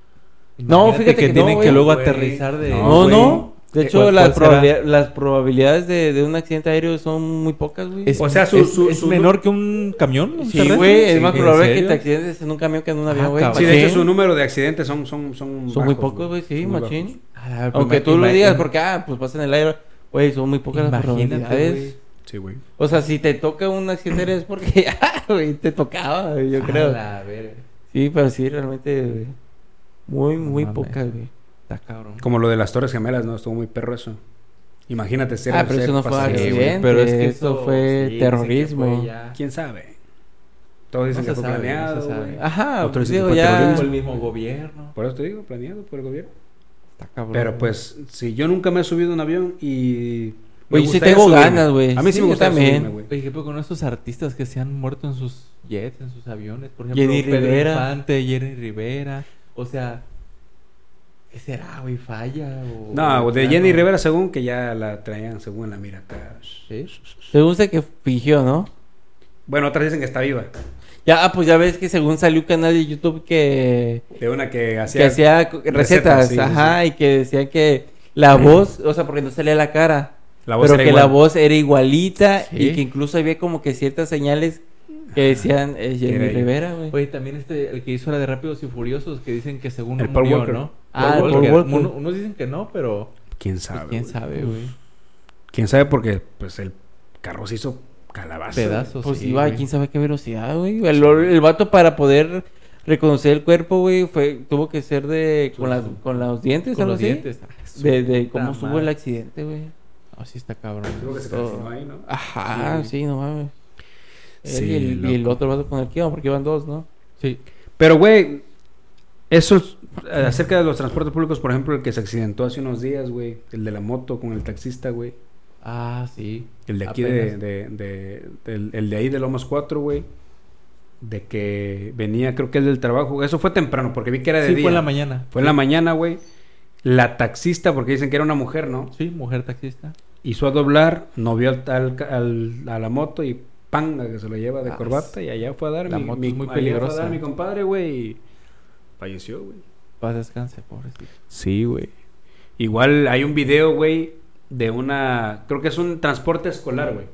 No, Imagínate fíjate que no, tienen güey. que luego Güey. aterrizar de... No, güey. no. De hecho, ¿Cuál las, será? las probabilidades de un accidente aéreo son muy pocas, güey. Es, O sea, es menor que un camión. ¿Un Sí, terrestre? güey, es Sí, más ¿en probable que serio? te accidentes en un camión que en un Ah, avión, güey. cabrón. Sí, de hecho, Machín. su número de accidentes son Son muy bajos, pocos, güey, sí, Son muy machín. bajos. A la- Aunque tú lo ima- digas, ima- porque, pues pasa en el aire, güey, son muy pocas las Imagínate, probabilidades. güey. Sí, güey. O sea, si te toca un accidente aéreo es porque, güey, te tocaba, güey, yo creo. A la verga. Sí, pero sí, realmente, güey, muy, muy mames. pocas, güey. Está cabrón. Como lo de las Torres Gemelas, ¿no? Estuvo muy perro eso. Imagínate ser. Ah, pero ser eso no fue pasajero, accidente. güey. pero es que eso fue sí, terrorismo. dicen que fue ya- ¿Quién sabe? Todos dicen No que se fue sabe, planeado, no se sabe. güey. Ajá, Otros dicen digo, que fue ya. terrorismo. Fue el mismo gobierno. Por eso te digo, planeado por el gobierno. Está cabrón. Pero pues, si yo nunca me he subido a un avión y... me Güey, yo sí gustaría tengo subirme. ganas, güey. A mí sí, Sí, me yo gusta también. subirme, güey. Oye, ¿qué pedo con esos artistas que se han muerto en sus jets, en sus aviones? Por ejemplo, Jenny Pedro Rivera. Infante, Jenny Rivera. O sea, ¿qué será, güey? ¿Falla? O... No, de ya Jenny no? Rivera según que ya la traían según en la mira acá. ¿Sí? Según sé que fingió, ¿no? Bueno, otras dicen que está viva. Ya, pues ya ves que según salió un canal de YouTube que De una que hacía... que hacía recetas, sí, sí, ajá, sí. y que decía que la voz, o sea, porque no salía la cara, La voz pero era que igual. la voz era igualita Sí. y que incluso había como que ciertas señales que decían Jenny era ella. Rivera, güey. Oye, también el que hizo la de Rápidos y Furiosos, que dicen que según El no Paul murió, Walker. ¿no? Ah, el Paul Paul Walker. Unos dicen que no, pero... ¿Quién pues, sabe? ¿quién güey? sabe, güey? ¿Quién sabe? Porque pues el carro se hizo calabaza. Pedazos. Pues sí, iba a güey. quién sabe qué velocidad, güey. El vato para poder reconocer el cuerpo, güey, tuvo que ser de con los dientes, Con algo los así. dientes. De cómo Puta estuvo madre. el accidente, güey. Así está cabrón. Creo que se Oh. calcinó ahí, ¿no? Ajá, sí, no mames. Él Sí, y el loco. otro vato con el que iban, porque iban dos, ¿no? Sí. Pero, güey, eso es, acerca de los transportes públicos, por ejemplo, el que se accidentó hace unos días, güey, el de la moto con el taxista, güey, Ah, sí. el de aquí Apenas. el de ahí de Lomas 4, güey, de que venía, creo que el del trabajo, eso fue temprano, porque vi que era de Sí, día. fue en la mañana. Fue en la mañana, güey, la taxista, porque dicen que era una mujer, ¿no? Sí, mujer taxista. Hizo a doblar, no vio a la moto y panga que se lo lleva de Ah, corbata y allá fue a dar la moto es muy allá peligrosa. fue a dar mi compadre, güey, y falleció, güey. Paz descanse, pobrecito. Sí, güey. Igual hay un video, güey, de una, creo que es un transporte escolar, güey.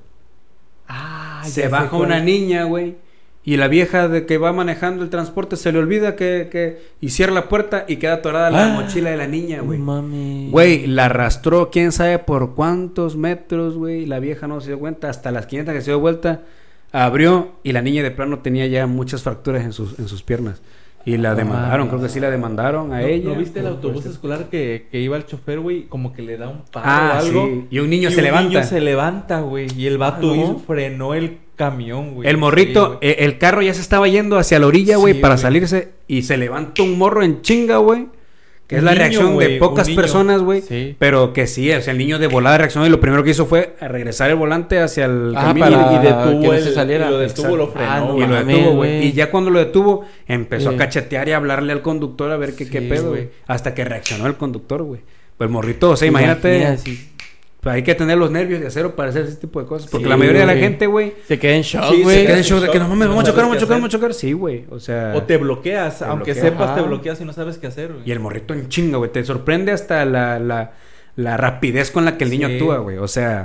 Ah, Se baja una niña, güey, y la vieja de que va manejando el transporte se le olvida y cierra la puerta y queda atorada la mochila de la niña, güey. No mames. Güey, la arrastró quién sabe por cuántos metros, güey. La vieja no se dio cuenta. Hasta las 500 que se dio vuelta, abrió y la niña de plano tenía ya muchas fracturas en sus piernas. Y la No demandaron, mames. creo que sí la demandaron a ella. ¿No viste el Por- autobús por- escolar que iba el chofer, güey? Como que le da un paro Ah, o algo. sí. Y un niño Y se levanta. niño se levanta, güey. Y el vato Ah, ¿no? frenó el camión, güey. El morrito, Sí, güey. el carro ya se estaba yendo hacia la orilla, güey, Sí, para güey. salirse. Y se levanta un morro en chinga, güey. Que es Un la niño, reacción güey, de pocas un niño. personas, güey. Sí. Pero que sí, o sea, el niño de volada reaccionó y lo primero que hizo fue regresar el volante hacia el Ah, camino. para- Y detuvo que no el, se saliera. y lo detuvo, Exacto. lo frenó. Ah, no Y lo mames, detuvo, güey. güey. Y ya cuando lo detuvo, empezó Sí. a cachetear y a hablarle al conductor a ver qué Sí, pedo, güey. güey. Hasta que reaccionó el conductor, güey. Pues el morrito, o sea, imagínate. Imagina, sí. Pues hay que tener los nervios de acero para hacer ese tipo de cosas. Porque Sí, la mayoría de la güey. gente, güey, Se queda en shock, Sí, güey. se queda en en shock de que shock, no mames, no vamos a chocar, sabes vamos a qué chocar, hacer. vamos a chocar. Sí, güey. O sea. O te bloqueas. Te Aunque bloqueas. sepas, te Ajá. bloqueas y no sabes qué hacer, güey. Y el morrito en chinga, güey. Te sorprende hasta la rapidez con la que el niño Sí. actúa, güey. O sea,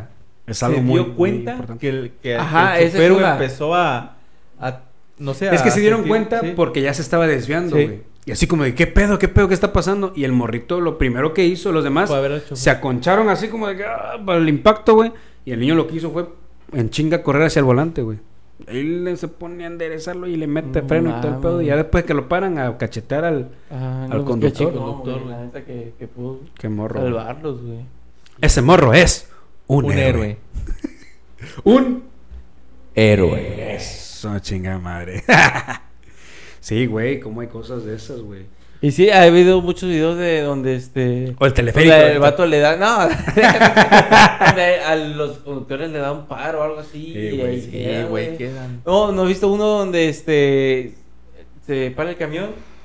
Es algo se muy, dio cuenta muy importante. que Ajá, el esa chofer es una. empezó a no sé, Es que a se dieron sentir- cuenta sí. porque ya se estaba desviando, Sí. güey. Y así como de, ¿qué pedo, qué está pasando? Y el morrito, lo primero que hizo, los demás, Fue a ver al chofer. se aconcharon así como de que, para el impacto, güey. Y el niño lo que hizo fue en chinga correr hacia el volante, güey. Ahí se pone a enderezarlo y le mete No freno y todo el mames. pedo. Y ya después que lo paran a cachetear al Al conductor. La neta que pudo Qué morro. güey. salvarlos, güey. Ese morro es un, Un héroe. héroe. Un Héroe. Eso, chinga madre. Sí, güey, cómo hay cosas de esas, güey. Y sí, ha habido muchos videos de donde O el teleférico. donde el vato le da, no, donde a los conductores le da un paro o algo así. Sí, y güey, ahí sí, queda, güey, quedan. No he visto uno donde se para el camión,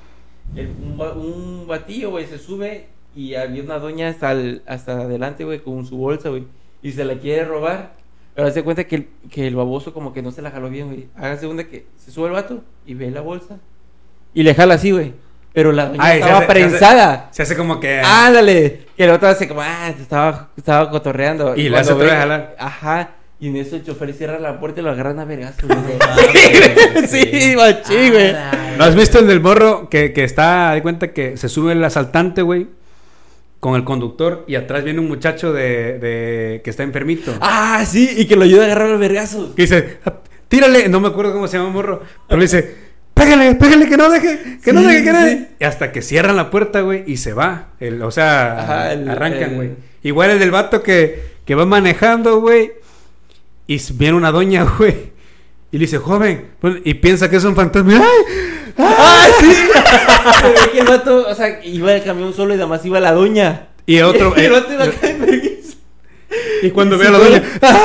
un batillo, güey, se sube y había una doña hasta adelante, güey, con su bolsa, güey, y se la quiere robar. Pero hace cuenta que el baboso como que no se la jaló bien, güey. Hágase cuenta que se sube el vato y ve la bolsa y le jala así, güey. Pero la doña Ay, estaba prensada. Se hace como que. Ándale, que el otro hace como, estaba cotorreando. Y le hace cuando otra vez ve- jalar. Ajá. Y en eso el chofer cierra la puerta y lo agarran a vergazos, No güey. mames, Sí, machín, güey. ¿No has visto el del morro que está, de cuenta que se sube el asaltante, güey, con el conductor y atrás viene un muchacho de que está enfermito? Ah, sí, y que lo ayuda a agarrar a vergazos. Que dice, tírale, no me acuerdo cómo se llama el morro, pero le dice, pégale, que no deje, que no Sí, deje, que no sí. deje. Y hasta que cierran la puerta, güey, y se va. O sea, Ajá, arrancan, güey. Igual el del vato que va manejando, güey, y viene una doña, güey, y le dice, joven, y piensa que es un fantasma. ¡Ay! ¡Ah, sí! Se ve que el vato, o sea, iba el camión solo y nada más iba la doña. Y otro, Y el vato iba acá en vergüenza. y cuando ve a la doña,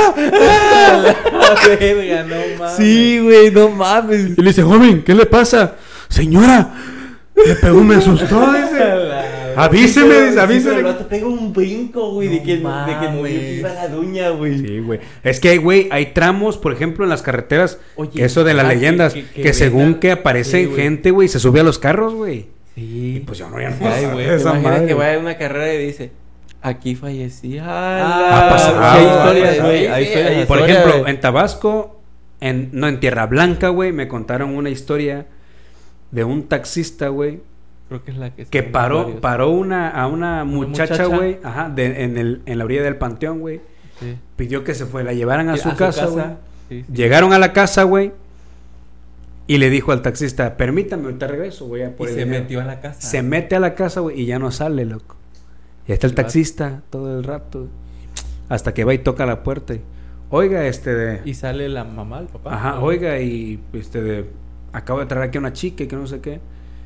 La verga, no mames. Sí, güey, no mames. y le dice, joven, ¿qué le pasa? Señora, le pegó, me asustó, dice. Avíseme, dice, Sí, pero el avíseme. vato pega un brinco, güey, de No que el mames. novio iba la doña, güey. Sí, güey. Es que, güey, hay tramos, por ejemplo, en las carreteras, Oye, que eso de las ah, leyendas, que que según vengan- que aparece sí, güey. gente, güey, se sube a los carros, güey. Y Sí. pues yo no voy a Ay, güey, ¿Te esa imaginas madre. que vaya a una carrera y dice, aquí fallecí? Ha pasado, Sí, hay ha historias, pasado. güey. Hay Sí, historias. hay Por historias, ejemplo, güey. en Tabasco, en Tierra Blanca, güey, me contaron una historia de un taxista, güey, Creo que es la que que está en paró varios. a una muchacha, muchacha. güey, ajá, en la orilla del panteón, güey. Sí. Pidió que la llevaran a su casa, güey. Sí, sí. Llegaron a la casa, güey, y le dijo al taxista, permítame, ahorita regreso, güey, a por Y el se dinero". metió a la casa. Se mete a la casa, güey, y ya no sale, loco. Y está el taxista todo el rato, güey, hasta que va y toca la puerta. Oiga, Y sale la mamá, el papá. ajá, oiga, y acabo de traer aquí a una chica y que no sé qué.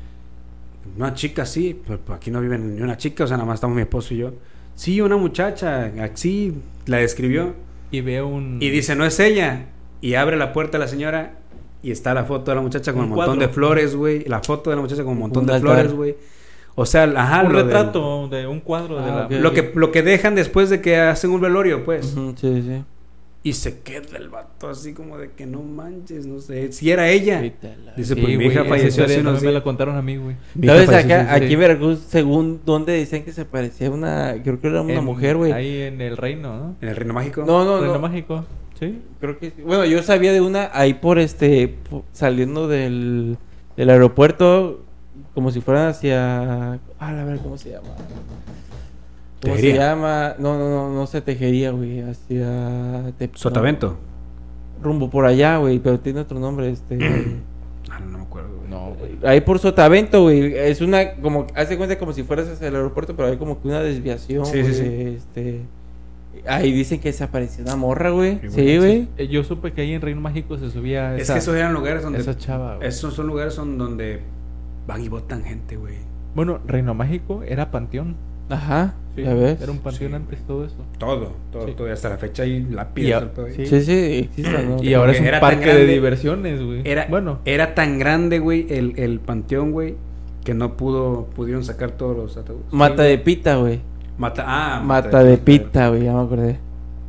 Una chica, sí, pero aquí no vive ni una chica, o sea, nada más estamos mi esposo y yo. Sí, una muchacha, así la describió. Y ve un... Y dice, no es ella. Y abre la puerta la señora y está la foto de la muchacha con Un un montón cuadro. de flores, güey. La foto de la muchacha con un montón Un de altar. flores, güey. O sea, ajá, un lo del- retrato de un cuadro de Ah, la... ok. lo que dejan después de que hacen un velorio, pues. Ujú, sí, sí. Y se queda el vato así como de que no manches, no sé. Si era ella. Dice, Sí, pues mi güey, hija esa falleció historia hace unos también me la días. contaron a mí, güey. Mi hija ¿Sabes? falleció Acá, hace- aquí en Veracruz, según donde decían que se parecía a una, creo que era una En- mujer, güey. Ahí en el reino, ¿no? ¿En el Reino Mágico? No, Reino no. mágico. Sí. Creo que sí. Bueno, yo sabía de una ahí saliendo del aeropuerto, como si fueran hacia. A ver, ¿cómo se llama? ¿Cómo Tejería. se llama? No sé, Tejería, güey. Hacia. Sotavento. Rumbo por allá, güey, pero tiene otro nombre, Ah, no me acuerdo, güey. No, güey. Ahí por Sotavento, güey. Es una, como, hace cuenta como si fueras hacia el aeropuerto, pero hay como que una desviación, Sí, sí, güey, ahí dicen que se apareció una morra, güey. Qué Sí, bueno, güey. Yo supe que ahí en Reino Mágico se subía Es esa, que esos eran lugares donde... esa chava, güey. Esos son lugares donde van y votan gente, güey. Bueno, Reino Mágico era panteón. Ajá, Sí, ya ves. Era un panteón Sí, antes todo eso. Todo, Sí. todo. Y hasta la fecha hay la Y piedra. a- todo ahí. sí. Sí, sí, existe, ¿no? Y ahora es Porque un era tan parque de grande- diversiones, güey. Bueno, Era tan grande, güey, el panteón, güey, que no pudieron sacar todos los ataúdes. Mata de Pita, güey. Mata de Pita, güey, ya me acordé.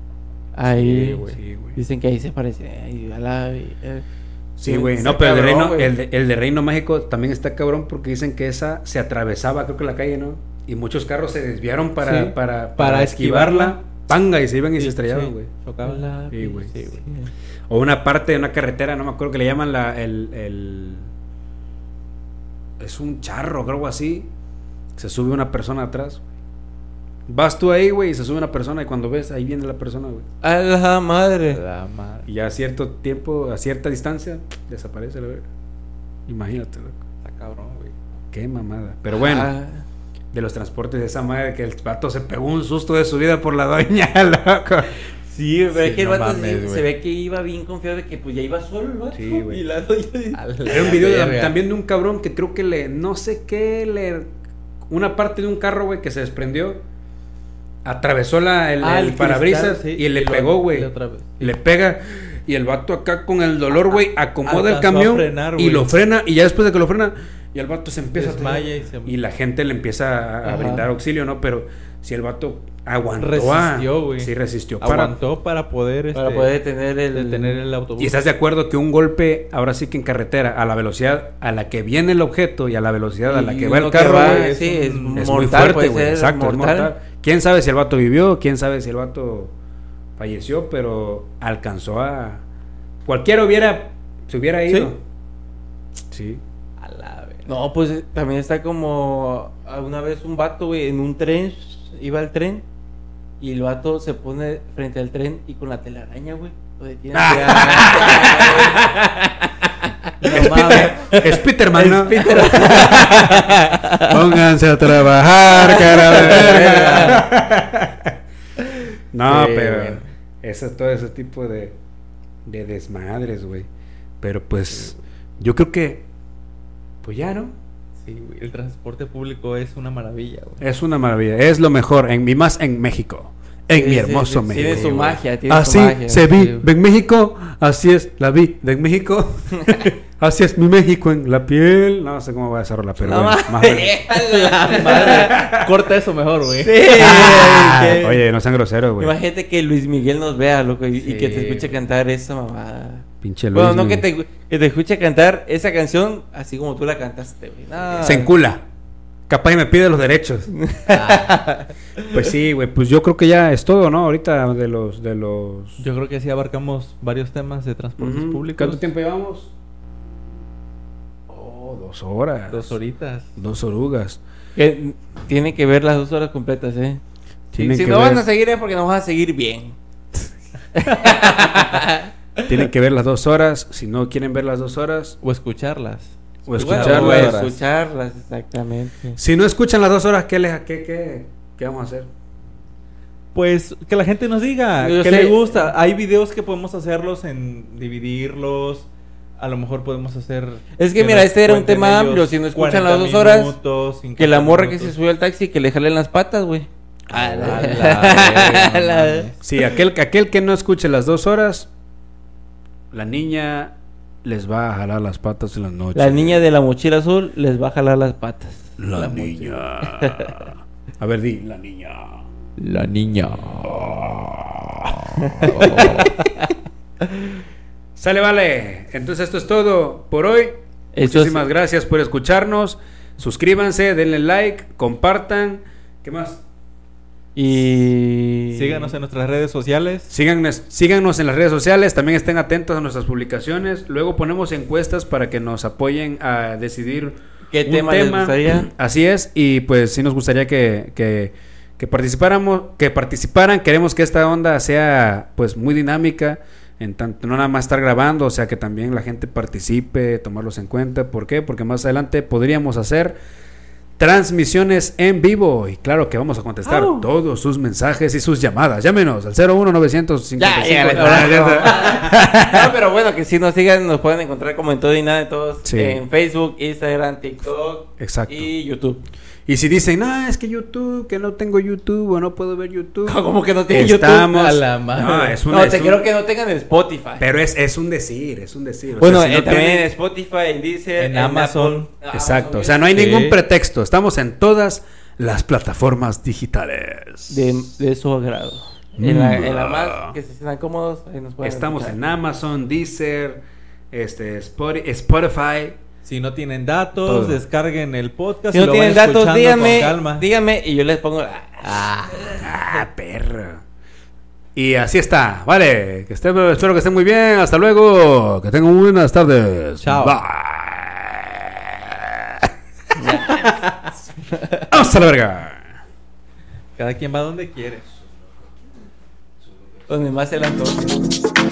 Ahí, Sí, güey. Sí, güey. dicen que ahí se parece. Ay, a la- Sí, güey. está No, pero el de, cabrón, Reino, güey. el de Reino Mágico también está cabrón porque dicen que esa se atravesaba, creo que la calle, ¿no? Y muchos carros se desviaron Sí, para para esquivarla. panga, y se iban y se estrellaban, güey. Chocaban. Sí, güey. Sí, güey. O una parte de una carretera, no me acuerdo que le llaman es un charro, o algo así. Se sube una persona atrás. Vas tú ahí, güey, y se sube una persona, y cuando ves, ahí viene la persona, güey. A la madre. La madre. Y ya a cierto tiempo, a cierta distancia, desaparece la verga. Imagínate, loco. Está cabrón, güey. Qué mamada. Pero bueno, Ah, de los transportes de esa madre, que el vato se pegó un susto de su vida por la doña, loco. sí, pero es Sí, que el no vato mames, se güey. ve que iba bien confiado de que pues ya iba solo el vato. Sí, güey. Y la doña... Era un video también de un cabrón que creo que no sé qué, una parte de un carro, güey, que se desprendió. Atravesó el parabrisas, cristal, sí, y le lo- pegó, güey. otra vez. Le pega, y el vato acá con el dolor, güey, acomoda el alcanzó a camión frenar, y güey. lo frena, y ya después de que lo frena, y el vato se empieza Desmaya y y la gente le empieza a Ajá. brindar auxilio, ¿no? Pero si el vato aguantó, Resistió, güey. sí resistió. Aguantó para poder, Para poder detener detener el autobús. ¿Y estás de acuerdo que un golpe, ahora sí que en carretera, a la velocidad a la que viene el objeto y a la velocidad a la Y que va el uno que carro, va, güey, sí, es es mortal, muy fuerte, puede güey? ser Exacto, es mortal. mortal. ¿Quién sabe si el vato vivió? ¿Quién sabe si el vato falleció? Pero alcanzó a... Cualquiera se hubiera ido. Sí. A la verga. No, pues también está como una vez un vato, güey, en un tren, iba al tren y el vato se pone frente al tren y con la telaraña, güey, lo detiene. No mames. Es Peterman, ¿no? Es Peter. Pónganse a trabajar, cara de verga. No, Sí, pero bueno. todo ese tipo de desmadres, güey. Pero pues, yo creo que, pues ya, ¿no? Sí, güey. El transporte público es una maravilla, güey. Es una maravilla, es lo mejor, más en México. En Sí, mi sí, hermoso sí, México. tiene su güey. magia, tiene Así su magia. se vi Sí. en México, así es la vida en México. Así es mi México en la piel. No sé cómo va a desarrollar, pero No bueno, más mames. La madre. Corta eso mejor, güey. Sí, Ah, que- oye, no sean groseros, güey. Imagínate que Luis Miguel nos vea, loco, y Sí. que te escuche cantar esa mamada. Pinche Luis. Bueno, no güey. que te escuche cantar esa canción así como tú la cantaste, güey. No. Se encula. Capaz y me pide los derechos. Pues sí, güey. Pues yo creo que ya es todo, ¿no? Ahorita de los... Yo creo que sí abarcamos varios temas de transportes Ujú. públicos. ¿Cuánto tiempo llevamos? Oh, 2 horas. 2 horitas. 2 orugas. Que tienen que ver las 2 horas completas, ¿eh? Tienen si que no ver- van a seguir es porque no van a seguir bien. Tienen que ver las 2 horas. Si no quieren ver las 2 horas, O escucharlas. o Bueno, escucharlas. o escucharlas, exactamente. Si no escuchan las 2 horas, ¿qué vamos a hacer? Pues que la gente nos diga Yo qué sé. le gusta. Hay videos que podemos hacerlos en dividirlos. A lo mejor podemos hacer. Es que mira, nos este era un cuenten tema ellos amplio, si no escuchan 40 las 2 horas, minutos, 50 Que la morra que se minutos. subió al taxi que le jalen las patas, güey. A la verga, no mames. Sí, aquel que no escuche las 2 horas, la niña les va a jalar las patas en las noches. La niña de la mochila azul les va a jalar las patas. La niña. A ver, di, la niña. La niña. Sale, vale. Entonces esto es todo por hoy. Eso Muchísimas es- gracias por escucharnos. Suscríbanse, denle like, compartan. ¿Qué más? Y Síganos en nuestras redes sociales. Síganos en las redes sociales. También estén atentos a nuestras publicaciones. Luego ponemos encuestas para que nos apoyen a decidir ¿Qué un tema les gustaría? Así es. Y pues sí nos gustaría que participaran. Queremos que esta onda sea pues muy dinámica. En tanto, no nada más estar grabando, o sea que también la gente participe, tomarlos en cuenta. ¿Por qué? Porque más adelante podríamos hacer transmisiones en vivo. Y claro que vamos a contestar ¡Au! todos sus mensajes y sus llamadas. Llámenos al 01955. No, pero bueno, que si nos sigan, nos pueden encontrar como en todo y nada de todos. Sí. En Facebook, Instagram, TikTok. Exacto. Y YouTube. Y si dicen, es que YouTube, que no tengo YouTube o no puedo ver YouTube. Como que no tiene Estamos... YouTube. A la madre. No, es No, una, te creo que no tengan Spotify. Pero es un decir, es un decir. O Bueno, sea, si no también tienen- en Spotify, en Deezer, En Amazon. Apple. Exacto, Amazon o sea, no hay Sí. ningún pretexto. Estamos en todas las plataformas digitales. de su agrado. En la más que se sientan cómodos, ahí nos pueden Estamos escuchar. en Amazon, Deezer, Spotify. Si no tienen datos, Todo. descarguen el podcast. Si y no lo tienen vayan datos, escuchando con calma. díganme y yo les pongo. Ah, perro. Y así está. Vale. Espero que estén muy bien. Hasta luego. Que tengan muy buenas tardes. Chao. Bye. Vamos a la verga. Cada quien va donde quiere. Donde más se la antoje.